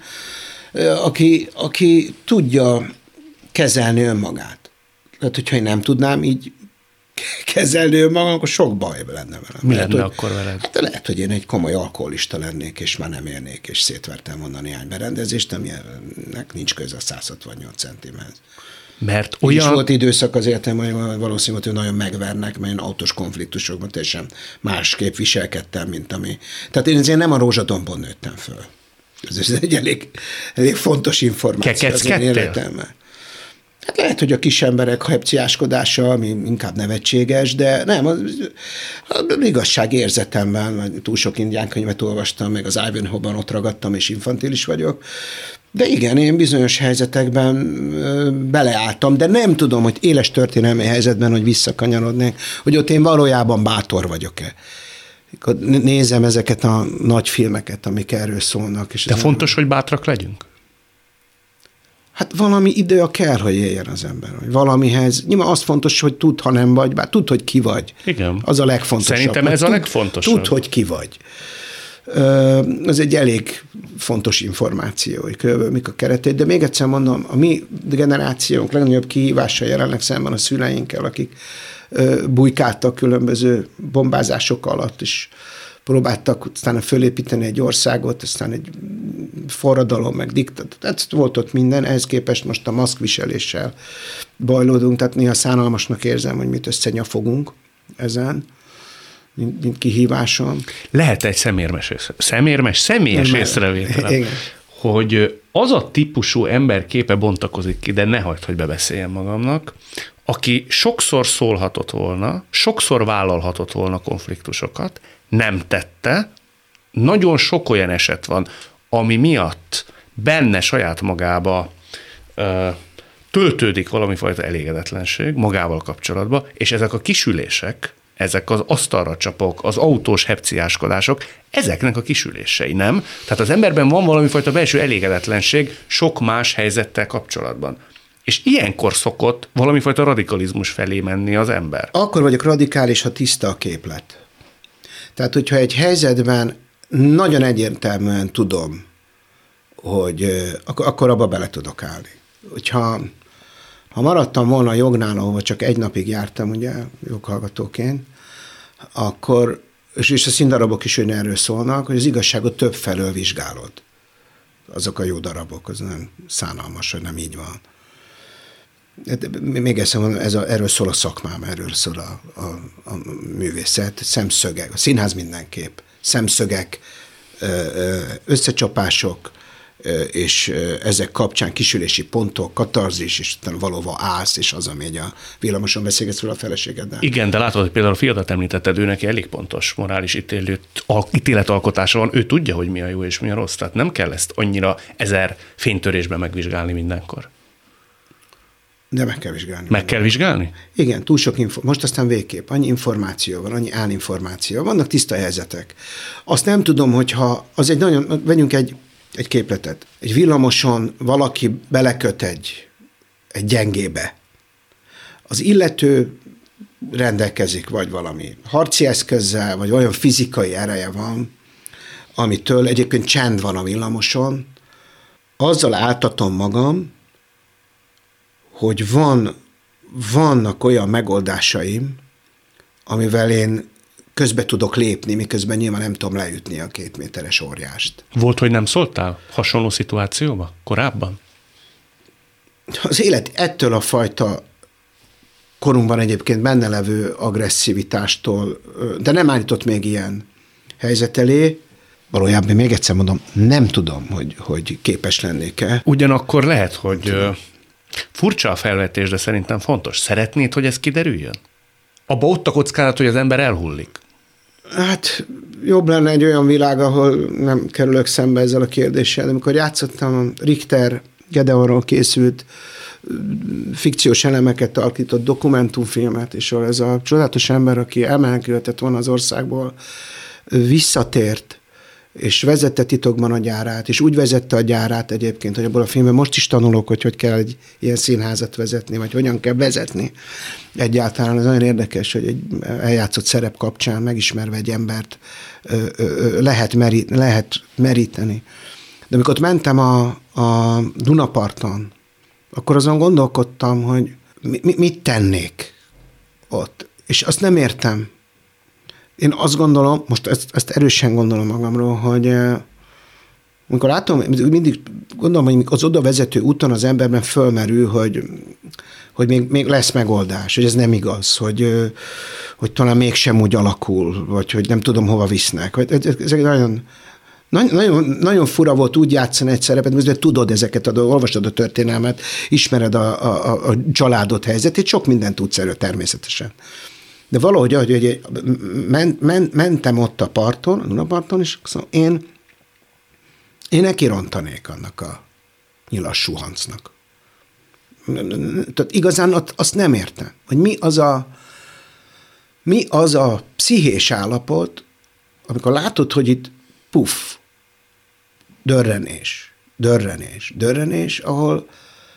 aki tudja kezelni önmagát. Tehát, hogyha én nem tudnám így kezelni önmagam, akkor sok baj lenne velem. Mi lenne akkor veled? Hát lehet, hogy én egy komoly alkoholista lennék, és már nem érnék, és szétvertem volna néhány berendezést, aminek nincs köze a 168 centimhez. Mert olyan... És volt időszak az életemben, hogy valószínűleg, hogy nagyon megvernek, mert én autós konfliktusokban teljesen másképp viselkedtem, mint ami... Tehát én azért nem a Rózsadombon nőttem föl. Ez egy elég fontos információ az én életemben. Hát lehet, hogy a kis emberek hepciáskodása, ami inkább nevetséges, de nem, az igazság érzetemben, túl sok indián könyvet olvastam, meg az Ivanhoe-ban ott ragadtam, és infantilis vagyok. De igen, én bizonyos helyzetekben beleálltam, de nem tudom, hogy éles történelmi helyzetben, hogy visszakanyarodnék, hogy ott én valójában bátor vagyok-e. Nézem ezeket a nagy filmeket, amik erről szólnak. És de fontos, hogy bátrak legyünk? Hát valami idő kell, hogy éljen az ember. Hogy valamihez. Nyilván az fontos, hogy tud, ha nem vagy, bár tud, hogy ki vagy. Igen. Az a legfontosabb. Szerintem ez a legfontosabb. Tud, hogy ki vagy. Ez egy elég fontos információ, hogy körülbelül mik a keretei, de még egyszer mondom, a mi generációnk legnagyobb kihívása jelenleg szemben a szüleinkkel, akik bujkáltak különböző bombázások alatt, és próbáltak aztán fölépíteni egy országot, aztán egy forradalom, meg diktatúra. Ez volt ott minden, ehhez képest most a maszkviseléssel bajlódunk, tehát néha szánalmasnak érzem, hogy mit összenyafogunk ezen, mint kihíváson. Lehet egy személyes észrevétel, hogy az a típusú ember képe bontakozik ki, de ne hagyd, hogy bebeszéljem magamnak, aki sokszor szólhatott volna, sokszor vállalhatott volna konfliktusokat, nem tette, nagyon sok olyan eset van, ami miatt benne saját magába töltődik valamifajta elégedetlenség magával kapcsolatban, és ezek a kisülések, ezek az asztalra csapok, az autós hepciáskodások, ezeknek a kisülései, nem? Tehát az emberben van valamifajta belső elégedetlenség sok más helyzettel kapcsolatban. És ilyenkor szokott valamifajta radikalizmus felé menni az ember. Akkor vagyok radikális, ha tiszta a képlet. Tehát, hogyha egy helyzetben nagyon egyértelműen tudom, hogy akkor abba bele tudok állni. Hogyha maradtam volna a jognál, ahova csak egy napig jártam, ugye, joghallgatóként, akkor, és a színdarabok is erről szólnak, hogy az igazságot több felől vizsgálod. Azok a jó darabok, az nem szánalmas, hogy nem így van. Még ezt mondom, erről szól a szakmám, erről szól a művészet, szemszögek, a színház mindenképp, szemszögek, összecsapások, és ezek kapcsán kisülési pontok, katarzis, és utána valóban állsz, és az, ami a villamoson beszélgetsz fel a feleségeddel. Igen, de látod, hogy például a fiadat említetted, ő neki elég pontos morális ítéletalkotása van, ő tudja, hogy mi a jó és mi a rossz, tehát nem kell ezt annyira 1000 fénytörésben megvizsgálni mindenkor. De meg kell vizsgálni. Meg kell vizsgálni? Igen, túl sok most aztán végképp. Annyi információ van, annyi állinformáció. Vannak tiszta helyzetek. Azt nem tudom, hogyha az egy nagyon, vegyünk egy képletet. Egy villamoson valaki beleköt egy gyengébe. Az illető rendelkezik, vagy valami harci eszközzel, vagy olyan fizikai ereje van, amitől egyébként csend van a villamoson. Azzal áltatom magam, hogy vannak olyan megoldásaim, amivel én közbe tudok lépni, miközben nyilván nem tudom leütni a 2 méteres óriást. Volt, hogy nem szóltál hasonló szituációba korábban? Az élet ettől a fajta korunkban egyébként benne levő agresszivitástól, de nem állított még ilyen helyzet elé. Valójában még egyszer mondom, nem tudom, hogy képes lennék-e. Ugyanakkor lehet, hogy furcsa a felvetés, de szerintem fontos. Szeretnéd, hogy ez kiderüljön? Abba ott a kockázat, hogy az ember elhullik. Hát jobb lenne egy olyan világ, ahol nem kerülök szembe ezzel a kérdéssel. De amikor játszottam a Richter Gedeonról készült fikciós elemeket alakított dokumentumfilmet, és ahol ez a csodálatos ember, aki elmenekülhetett volna az országból, visszatért, és vezette titokban a gyárát, és úgy vezette a gyárát egyébként, hogy abból a filmben most is tanulok, hogy kell egy ilyen színházat vezetni, vagy hogyan kell vezetni. Egyáltalán ez nagyon érdekes, hogy egy eljátszott szerep kapcsán megismerve egy embert lehet meríteni. De amikor ott mentem a Dunaparton, akkor azon gondolkodtam, hogy mit tennék ott. És azt nem értem. Én azt gondolom, most ezt erősen gondolom magamról, hogy amikor látom, mindig gondolom, hogy az oda vezető úton az emberben fölmerül, hogy még lesz megoldás, hogy ez nem igaz, hogy talán mégsem úgy alakul, vagy hogy nem tudom, hova visznek. Ezek nagyon fura volt úgy játszani egy szerepet, mert tudod ezeket, olvasod a történelmet, ismered a családot helyzetét, sok mindent tudsz erről természetesen. De valahogy, ahogy mentem ott a parton, a Dunaparton, és én nekirontanék annak a nyilas suhancnak. Tehát igazán azt nem értem, hogy mi az a pszichés állapot, amikor látod, hogy itt dörrenés, ahol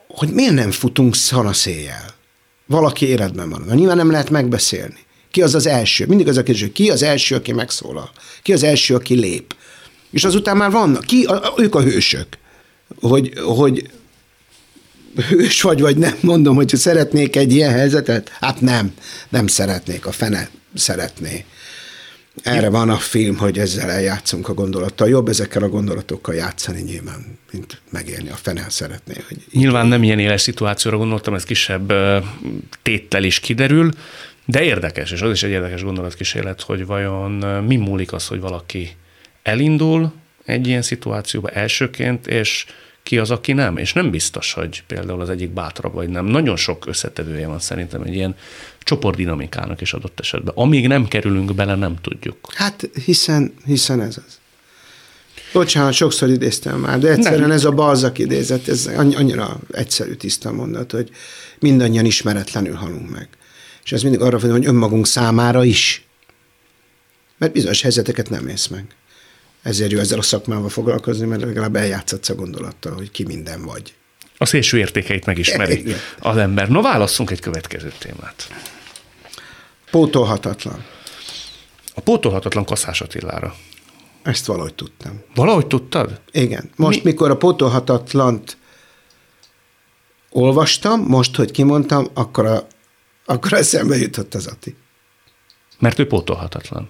hogy miért nem futunk szanaszéjjel. Valaki életben van. Nyilván nem lehet megbeszélni. Ki az első? Mindig az a kérdés, ki az első, aki megszólal? Ki az első, aki lép? És azután már vannak. Ők a hősök. Hogy hős vagy nem, mondom, hogy szeretnék egy ilyen helyzetet? Hát nem szeretnék, a fene szeretné. Erre van a film, hogy ezzel eljátszunk a gondolattal. Jobb ezekkel a gondolatokkal játszani nyilván, mint megélni. A fene szeretné. Hogy nyilván nem ilyen éles szituációra gondoltam, ez kisebb téttel is kiderül, de érdekes, és az is egy érdekes gondolatkísérlet, hogy vajon mi múlik az, hogy valaki elindul egy ilyen szituációba elsőként, és ki az, aki nem. És nem biztos, hogy például az egyik bátrabb vagy nem. Nagyon sok összetevője van szerintem egy ilyen csoportdinamikának is adott esetben. Amíg nem kerülünk bele, nem tudjuk. Hát hiszen ez az. Bocsánat, sokszor idéztem már, de egyszerűen nem. Ez a Balzac idézet, ez annyira egyszerű, tiszta mondat, hogy mindannyian ismeretlenül halunk meg. És ez mindig arra van, hogy önmagunk számára is. Mert bizonyos helyzeteket nem ész meg. Ezért jó ezzel a szakmával foglalkozni, mert legalább eljátszatsz a gondolattal, hogy ki minden vagy. A szélső értékeit megismeri az ember. No, válasszunk egy következő témát. Pótolhatatlan. A pótolhatatlan Kaszás Attilára. Ezt valahogy tudtam. Valahogy tudtad? Igen. Most, mikor a pótolhatatlant olvastam, most, hogy kimondtam, akkor eszembe jutott az Atti. Mert ő pótolhatatlan.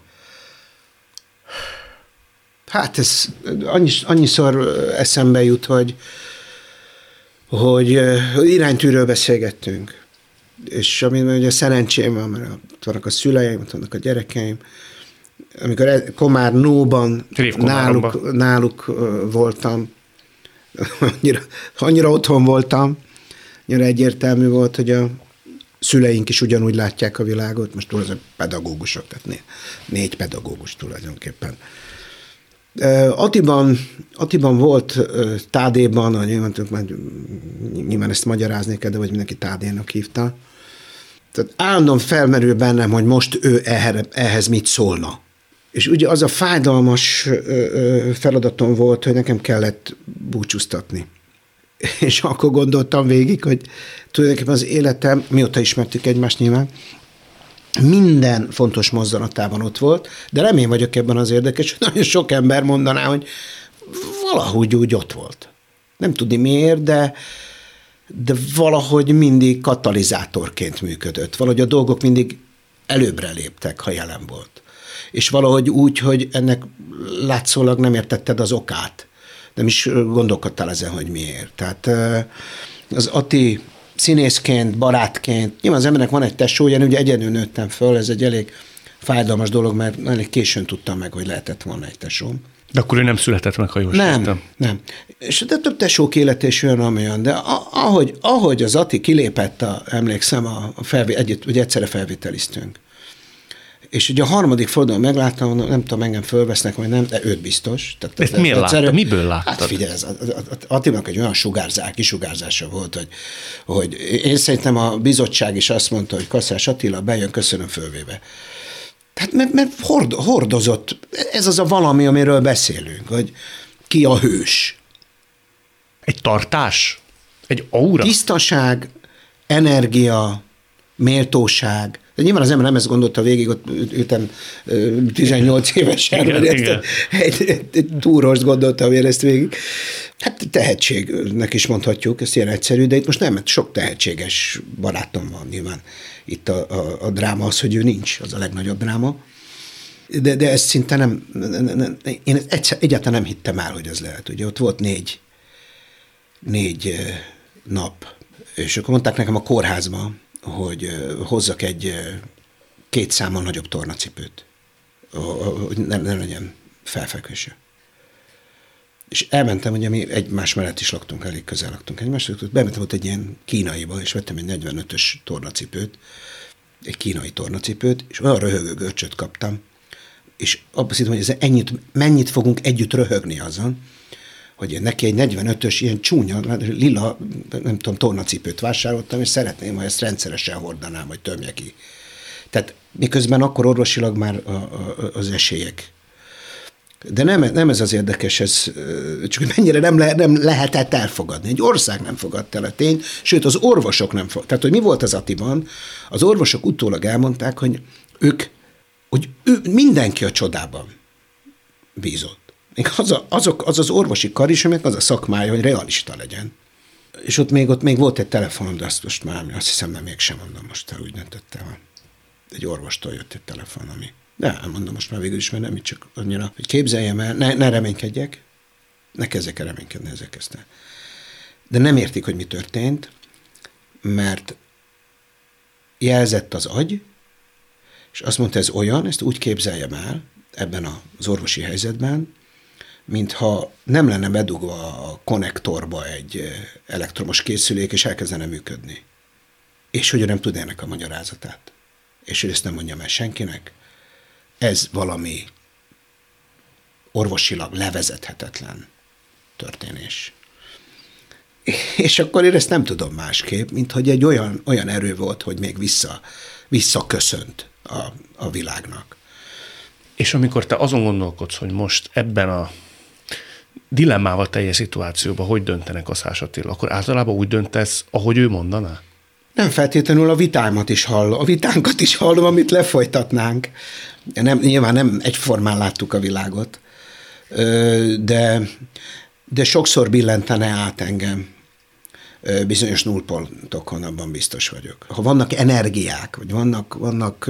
Hát ez annyiszor eszembe jut, hogy iránytűről beszélgettünk. És ami ugye szerencsém van, mert ott vannak a szüleim, ott vannak a gyerekeim. Amikor Komárnóban náluk voltam, annyira otthon voltam, annyira egyértelmű volt, hogy a szüleink is ugyanúgy látják a világot, most túl az a pedagógusok, tehát 4 pedagógus tulajdonképpen. Attiban volt Tádéban, nyilván ezt magyarázni kell, de vagy mindenki Tádénak hívta. Tehát állandóan felmerül bennem, hogy most ő ehhez mit szólna. És ugye az a fájdalmas feladatom volt, hogy nekem kellett búcsúztatni. És akkor gondoltam végig, hogy tulajdonképpen az életem, mióta ismertük egymást nyilván, minden fontos mozzanatában ott volt, de nem én vagyok ebben az érdekes, hogy nagyon sok ember mondaná, hogy valahogy úgy ott volt. Nem tudni miért, de valahogy mindig katalizátorként működött. Valahogy a dolgok mindig előbbre léptek, ha jelen volt. És valahogy úgy, hogy ennek látszólag nem értetted az okát. Nem is gondolkodtál ezen, hogy miért. Tehát az Atti színészként, barátként, nyilván az embernek van egy tesója, ugye egyedül nőttem föl, ez egy elég fájdalmas dolog, mert elég későn tudtam meg, hogy lehetett volna egy tesóm. De akkor ő nem született meg, ha jól Nem. És de több tesók élet és olyan, amolyan, de ahogy az Atti kilépett, emlékszem, ugye egyszerre felvételiztünk. És ugye a harmadik fordulón megláttam, nem tudom, engem fölvesznek, vagy nem, de őt biztos. Tehát ezt miért láttad? Miből láttad? Hát figyelj, Attilának egy olyan kisugárzása volt, hogy én szerintem a bizottság is azt mondta, hogy Kaszás Attila bejön, köszönöm fölvéve. Tehát mert hordozott, ez az a valami, amiről beszélünk, hogy ki a hős. Egy tartás? Egy aura? Tisztaság, energia, méltóság. De nyilván az ember nem ezt gondolta végig, ott ültem 18 évesen, igen. Egy túrost gondoltam én ezt végig. Hát tehetségnek is mondhatjuk, ez ilyen egyszerű, de itt most nem, mert sok tehetséges barátom van nyilván. Itt a dráma az, hogy ő nincs, az a legnagyobb dráma. De ezt szinte nem én egyáltalán nem hittem el, hogy ez lehet. Ugye ott volt négy nap, és akkor mondták nekem a kórházban, hogy hozzak egy 2 számmal nagyobb tornacipőt, hogy nem legyen felfekvése. És elmentem, ugye mi egymás mellett is laktunk, elég közel laktunk egymásra, bementem ott egy ilyen kínaiba, és vettem egy 45-ös tornacipőt, egy kínai tornacipőt, és olyan röhögő görcsöt kaptam, és abban hittem, hogy mennyit fogunk együtt röhögni azon, hogy neki egy 45-ös ilyen csúnya, lila, nem tudom, tornacipőt vásároltam, és szeretném, ha ezt rendszeresen hordanám, vagy tömje ki. Tehát miközben akkor orvosilag már az esélyek De nem ez az érdekes, ez csak mennyire nem lehetett elfogadni. Egy ország nem fogadta el a tényt, sőt az orvosok nem fogadták. Tehát, hogy mi volt az Atiban, az orvosok utólag elmondták, hogy mindenki a csodában bízott. Az az orvosi kar is, meg az a szakmája, hogy realista legyen. És ott még volt egy telefonom, de azt most már azt hiszem, nem mégsem mondom, most úgy döntöttem. Egy orvostól jött egy telefon, ami... De mondom most már végül is, mert nem így csak annyira, hogy képzeljem el, ne reménykedjek, ne kezdjek el reménykedni ezzel. De nem értik, hogy mi történt, mert jelzett az agy, és azt mondta, ez olyan, ezt úgy képzeljem el ebben az orvosi helyzetben, mintha nem lenne bedugva a konnektorba egy elektromos készülék, és elkezdene működni. És hogy ő nem tudja ennek a magyarázatát. És hogy ezt nem mondjam el senkinek, ez valami orvosilag levezethetetlen történés. És akkor én ezt nem tudom másképp, mint hogy egy olyan erő volt, hogy még visszaköszönt a világnak. És amikor te azon gondolkodsz, hogy most ebben a dilemmával teljes szituációban hogy döntenek Kaszás Attila, akkor általában úgy döntesz, ahogy ő mondaná? Nem feltétlenül a vitánkat is hallom, amit lefolytatnánk. Nyilván nem egyformán láttuk a világot, de sokszor billentene át engem bizonyos nullpontokon, abban biztos vagyok. Ha vannak energiák, vagy vannak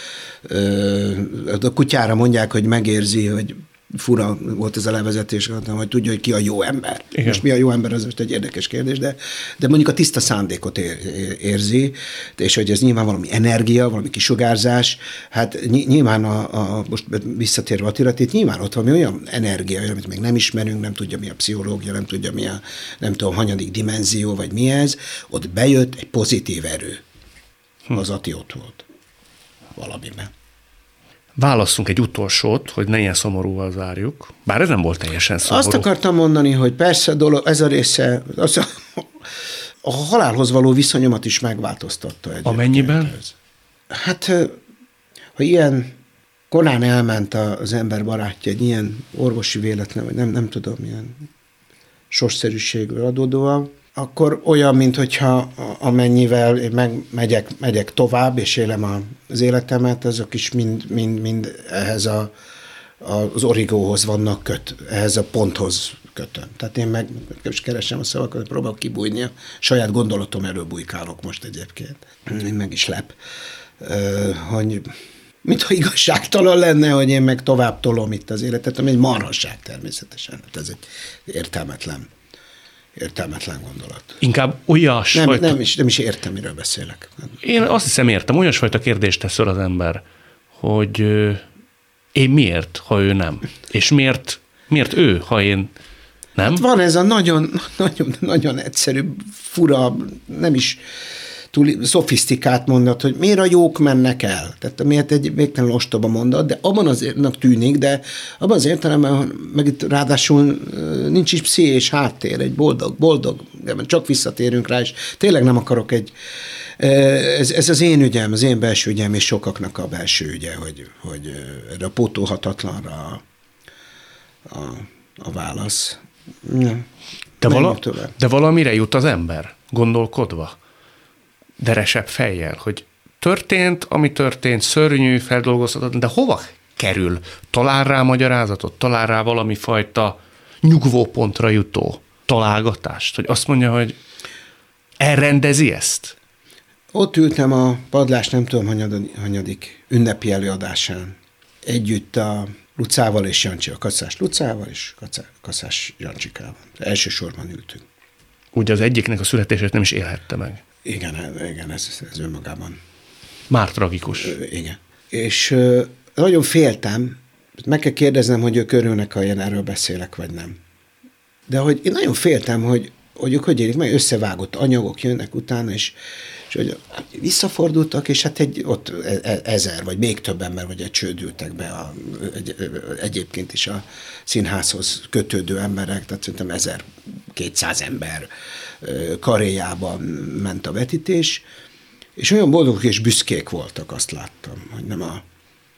a kutyára mondják, hogy megérzi, hogy fura volt ez a levezetés, hogy tudja, hogy ki a jó ember. Igen. Most mi a jó ember, az most egy érdekes kérdés, de mondjuk a tiszta szándékot érzi, és hogy ez nyilván valami energia, valami kisugárzás, hát nyilván most visszatérve Attilát, itt nyilván ott van olyan energia, amit még nem ismerünk, nem tudja mi a pszichológia, nem tudja mi a nem tudom, hanyadik dimenzió, vagy mi ez, ott bejött egy pozitív erő. Az Ati ott volt valamiben. Válasszunk egy utolsót, hogy ne ilyen szomorúval zárjuk. Bár ez nem volt teljesen szomorú. Azt akartam mondani, hogy persze ez a része, a halálhoz való viszonyomat is megváltoztatta. Amennyiben? Hát, ha ilyen korán elment az ember barátja, egy ilyen orvosi véletlen, vagy nem tudom, ilyen sorsszerűségből adódóan, akkor olyan, mintha amennyivel én megyek tovább, és élem az életemet, azok is mind ehhez az origóhoz vannak ehhez a ponthoz kötöm. Tehát én meg is keresem a szavakat, próbálok kibújni, a saját gondolatom elől bujkálok most egyébként. Én meg is lep, hogy mintha igazságtalan lenne, hogy én meg tovább tolom itt az életet, ami egy marhaság természetesen. Hát ez egy értelmetlen gondolat. Inkább olyasfajta... Nem is értem, miről beszélek. Én azt hiszem értem, olyasfajta kérdést tesz föl az ember, hogy én miért, ha ő nem? És miért ő, ha én nem? Hát van ez a nagyon egyszerű, fura, nem is túl szofisztikált mondat, hogy miért a jók mennek el. Tehát miért egy végtelenül ostoba mondat, de abban azért tűnik, de abban az értelemben, meg itt ráadásul nincs is pszichés háttér, egy boldog, csak visszatérünk rá, és tényleg nem akarok ez az én ügyem, az én belső ügyem, és sokaknak a belső ügye, hogy erre a pótolhatatlanra a válasz. De valamire jut az ember, gondolkodva? Deresebb fejjel, hogy történt, ami történt, szörnyű, feldolgozhatatlan, de hova kerül? Talál rá magyarázatot, talál rá valami fajta nyugvópontra jutó találgatást, hogy azt mondja, hogy elrendezi ezt? Ott ültem a Padlás nem tudom hanyadik ünnepi előadásán, együtt a Lucával és Jancsival, Kaszás Lucával és Kaszás Jancsikával. Elsősorban ültünk. Ugye az egyiknek a születését nem is élhette meg. Igen, ez önmagában. Már tragikus. Igen. És nagyon féltem, meg kell kérdeznem, hogy ők örülnek, ha én erről beszélek, vagy nem. De hogy én nagyon féltem, hogy ők hogy érik meg, összevágott anyagok jönnek utána, és hogy visszafordultak, és hát ott 1000, vagy még több ember, vagy csődültek be egyébként is a színházhoz kötődő emberek, tehát szerintem 1200 ember karéjában ment a vetítés, és olyan boldogok és büszkék voltak, azt láttam, hogy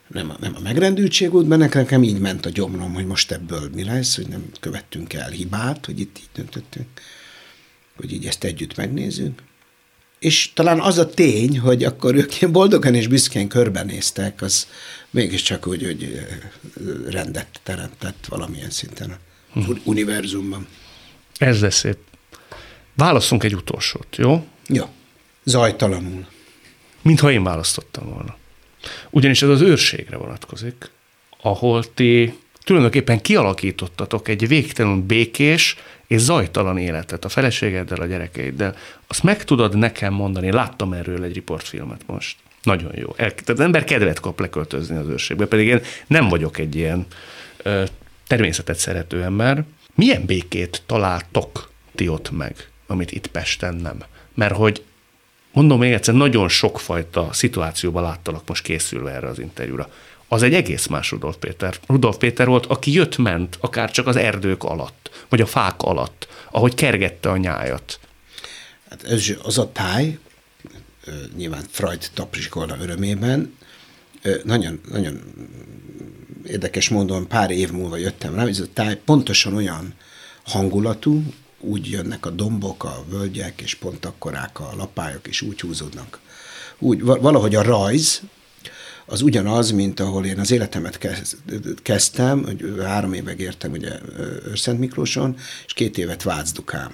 nem a megrendültség volt benne, nekem így ment a gyomrom, hogy most ebből mi lesz, hogy nem követtünk el hibát, hogy itt így döntöttünk, hogy így ezt együtt megnézzük. És talán az a tény, hogy akkor ők ilyen boldogan és büszkén körbenéztek, az mégiscsak úgy, hogy rendet teremtett valamilyen szinten a univerzumban. Ez lesz szép. Válasszunk egy utolsót, jó? Jó. Zajtalanul. Mintha én választottam volna. Ugyanis ez az őrségre vonatkozik, ahol ti tulajdonképpen kialakítottatok egy végtelenül békés és zajtalan életet a feleségeddel, a gyerekeiddel. Azt meg tudod nekem mondani, láttam erről egy riportfilmet most. Nagyon jó. Tehát az ember kedvet kap leköltözni az őrségbe, pedig én nem vagyok egy ilyen természetet szerető ember. Milyen békét találtok ti ott meg, amit itt Pesten nem? Mert hogy mondom még egyszer, nagyon sokfajta szituációban láttalak most készülve erre az interjúra. Az egy egész más Rudolf Péter. Rudolf Péter volt, aki jött-ment, akár csak az erdők alatt, vagy a fák alatt, ahogy kergette a nyájat. Hát ez az a táj, nyilván Freud taprisikolna örömében, nagyon, nagyon érdekes módon pár év múlva jöttem rá, hogy ez a táj pontosan olyan hangulatú, úgy jönnek a dombok, a völgyek, és pont akkorák a lapályok, és úgy húzódnak. Úgy, valahogy a rajz az ugyanaz, mint ahol én az életemet kezdtem, hogy 3 évig értem ugye Őrszent Miklóson, és 2 évet Vácdukán.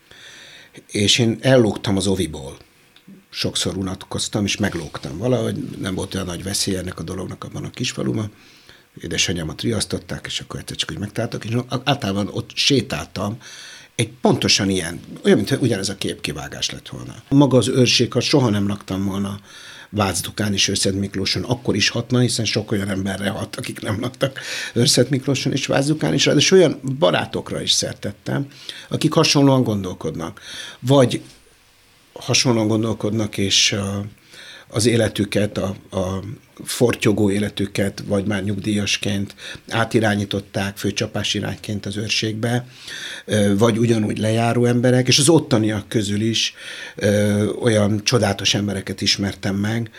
És én ellógtam az oviból. Sokszor unatkoztam, és meglógtam. Valahogy nem volt olyan nagy veszély ennek a dolognak abban a kisfaluban. Édesanyámat riasztották, és akkor egyszer csak úgy megtaláltak, és általában ott sétáltam, egy pontosan ilyen, olyan, mint ugyanez a képkivágás lett volna. Maga az őrség, ha soha nem laktam volna Vácdukán és Őrszent Miklóson, akkor is hatna, hiszen sok olyan emberre hat, akik nem laktak Őrszent Miklóson és Vácdukán is, de olyan barátokra is szertettem, akik hasonlóan gondolkodnak. Vagy hasonlóan gondolkodnak, és az életüket, a fortyogó életüket, vagy már nyugdíjasként átirányították főcsapás irányként az őrségbe, vagy ugyanúgy lejáró emberek, és az ottaniak közül is olyan csodálatos embereket ismertem meg,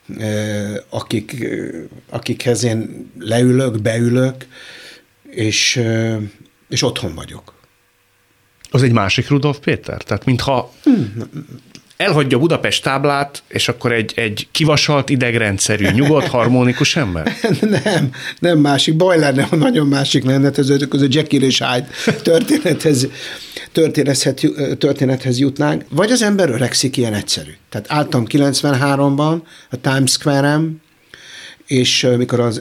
akikhez én leülök, beülök, és otthon vagyok. Az egy másik Rudolf Péter? Tehát mintha elhagyja Budapest táblát, és akkor egy kivasalt idegrendszerű, nyugodt, harmonikus ember? Nem másik. Baj lenne, ha nagyon másik lenne, ez a Jekyll és Hyde történethez jutnánk. Vagy az ember öregszik, ilyen egyszerű. Tehát álltam 93-ban a Times Square-en, és mikor a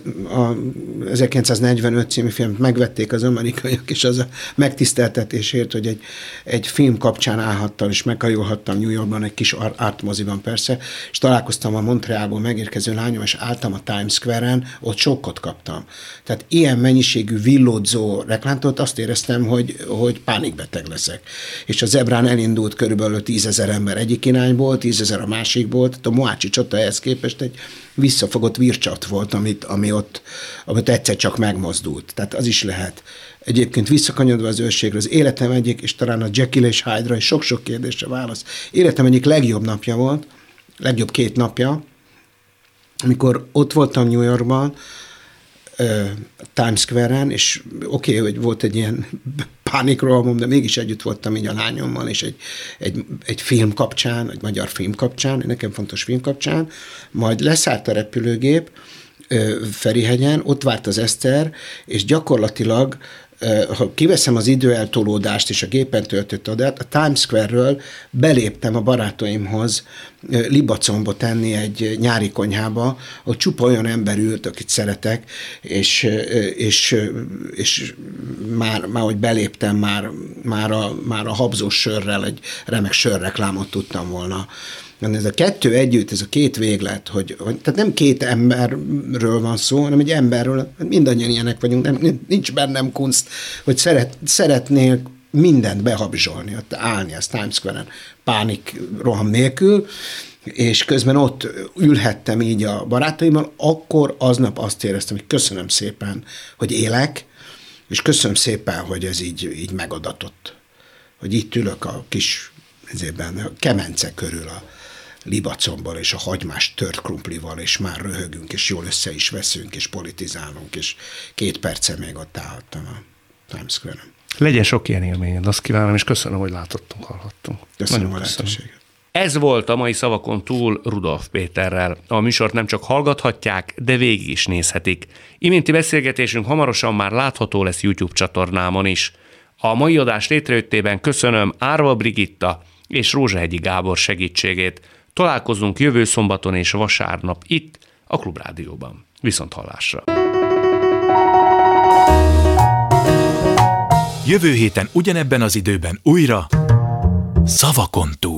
1945 című filmet megvették az amerikaiak, és az a megtiszteltetésért, hogy egy film kapcsán állhattam, és meghajolhattam New Yorkban, egy kis ártmoziban persze, és találkoztam a Montrealból megérkező lányom, és álltam a Times Square-en, ott sokkot kaptam. Tehát ilyen mennyiségű villódzó reklámot, azt éreztem, hogy pánikbeteg leszek. És a zebrán elindult körülbelül 10 000 ember egyik irányból, 10 000 a másikból, tehát a Mohácsi csata ehhez képest egy visszafogott vircsat volt, amit egyszer csak megmozdult. Tehát az is lehet. Egyébként visszakanyodva az őrségre, az életem egyik, és talán a Jekyll és Hyde-ra is sok-sok kérdésre válasz. Életem egyik legjobb napja volt, legjobb 2 napja, amikor ott voltam New Yorkban, Times Square-en, és oké, hogy volt egy ilyen pánikrohamom, de mégis együtt voltam így a lányommal, és egy film kapcsán, egy magyar film kapcsán, nekem fontos film kapcsán, majd leszállt a repülőgép Ferihegyen, ott várt az Eszter, és gyakorlatilag ha kiveszem az időeltolódást és a gépen töltött adát, a Times Square-ről beléptem a barátaimhoz libacombot enni egy nyári konyhába, ahol csupa olyan ember ült, akit szeretek, és már hogy beléptem, már a habzós sörrel egy remek sörreklámot tudtam volna. Ez a 2 együtt, ez a 2 véglet, tehát nem 2 emberről van szó, hanem egy emberről, mindannyian ilyenek vagyunk, nincs bennem kunst, hogy szeretnél mindent behabzsolni, ott állni a Times Square-en pánik roham nélkül, és közben ott ülhettem így a barátaimmal, akkor aznap azt éreztem, hogy köszönöm szépen, hogy élek, és köszönöm szépen, hogy ez így megadatott. Hogy itt ülök a kis a kemence körül libacomból és a hagymás tört krumplival, és már röhögünk, és jól össze is veszünk, és politizálunk, és 2 perce még ott állhattam a Times Square-en. Legyen sok ilyen élményed, azt kívánom, és köszönöm, hogy látottunk, hallhattunk. Köszönöm a lehetőséget. Ez volt a mai Szavakon túl Rudolf Péterrel. A műsort nem csak hallgathatják, de végig is nézhetik. Iménti beszélgetésünk hamarosan már látható lesz YouTube csatornámon is. A mai adás létrejöttében köszönöm Árva Brigitta és Rózsahegyi Gábor segítségét. Találkozunk jövő szombaton és vasárnap itt, a Klubrádióban. Viszonthallásra! Jövő héten ugyanebben az időben újra Szavakon túl.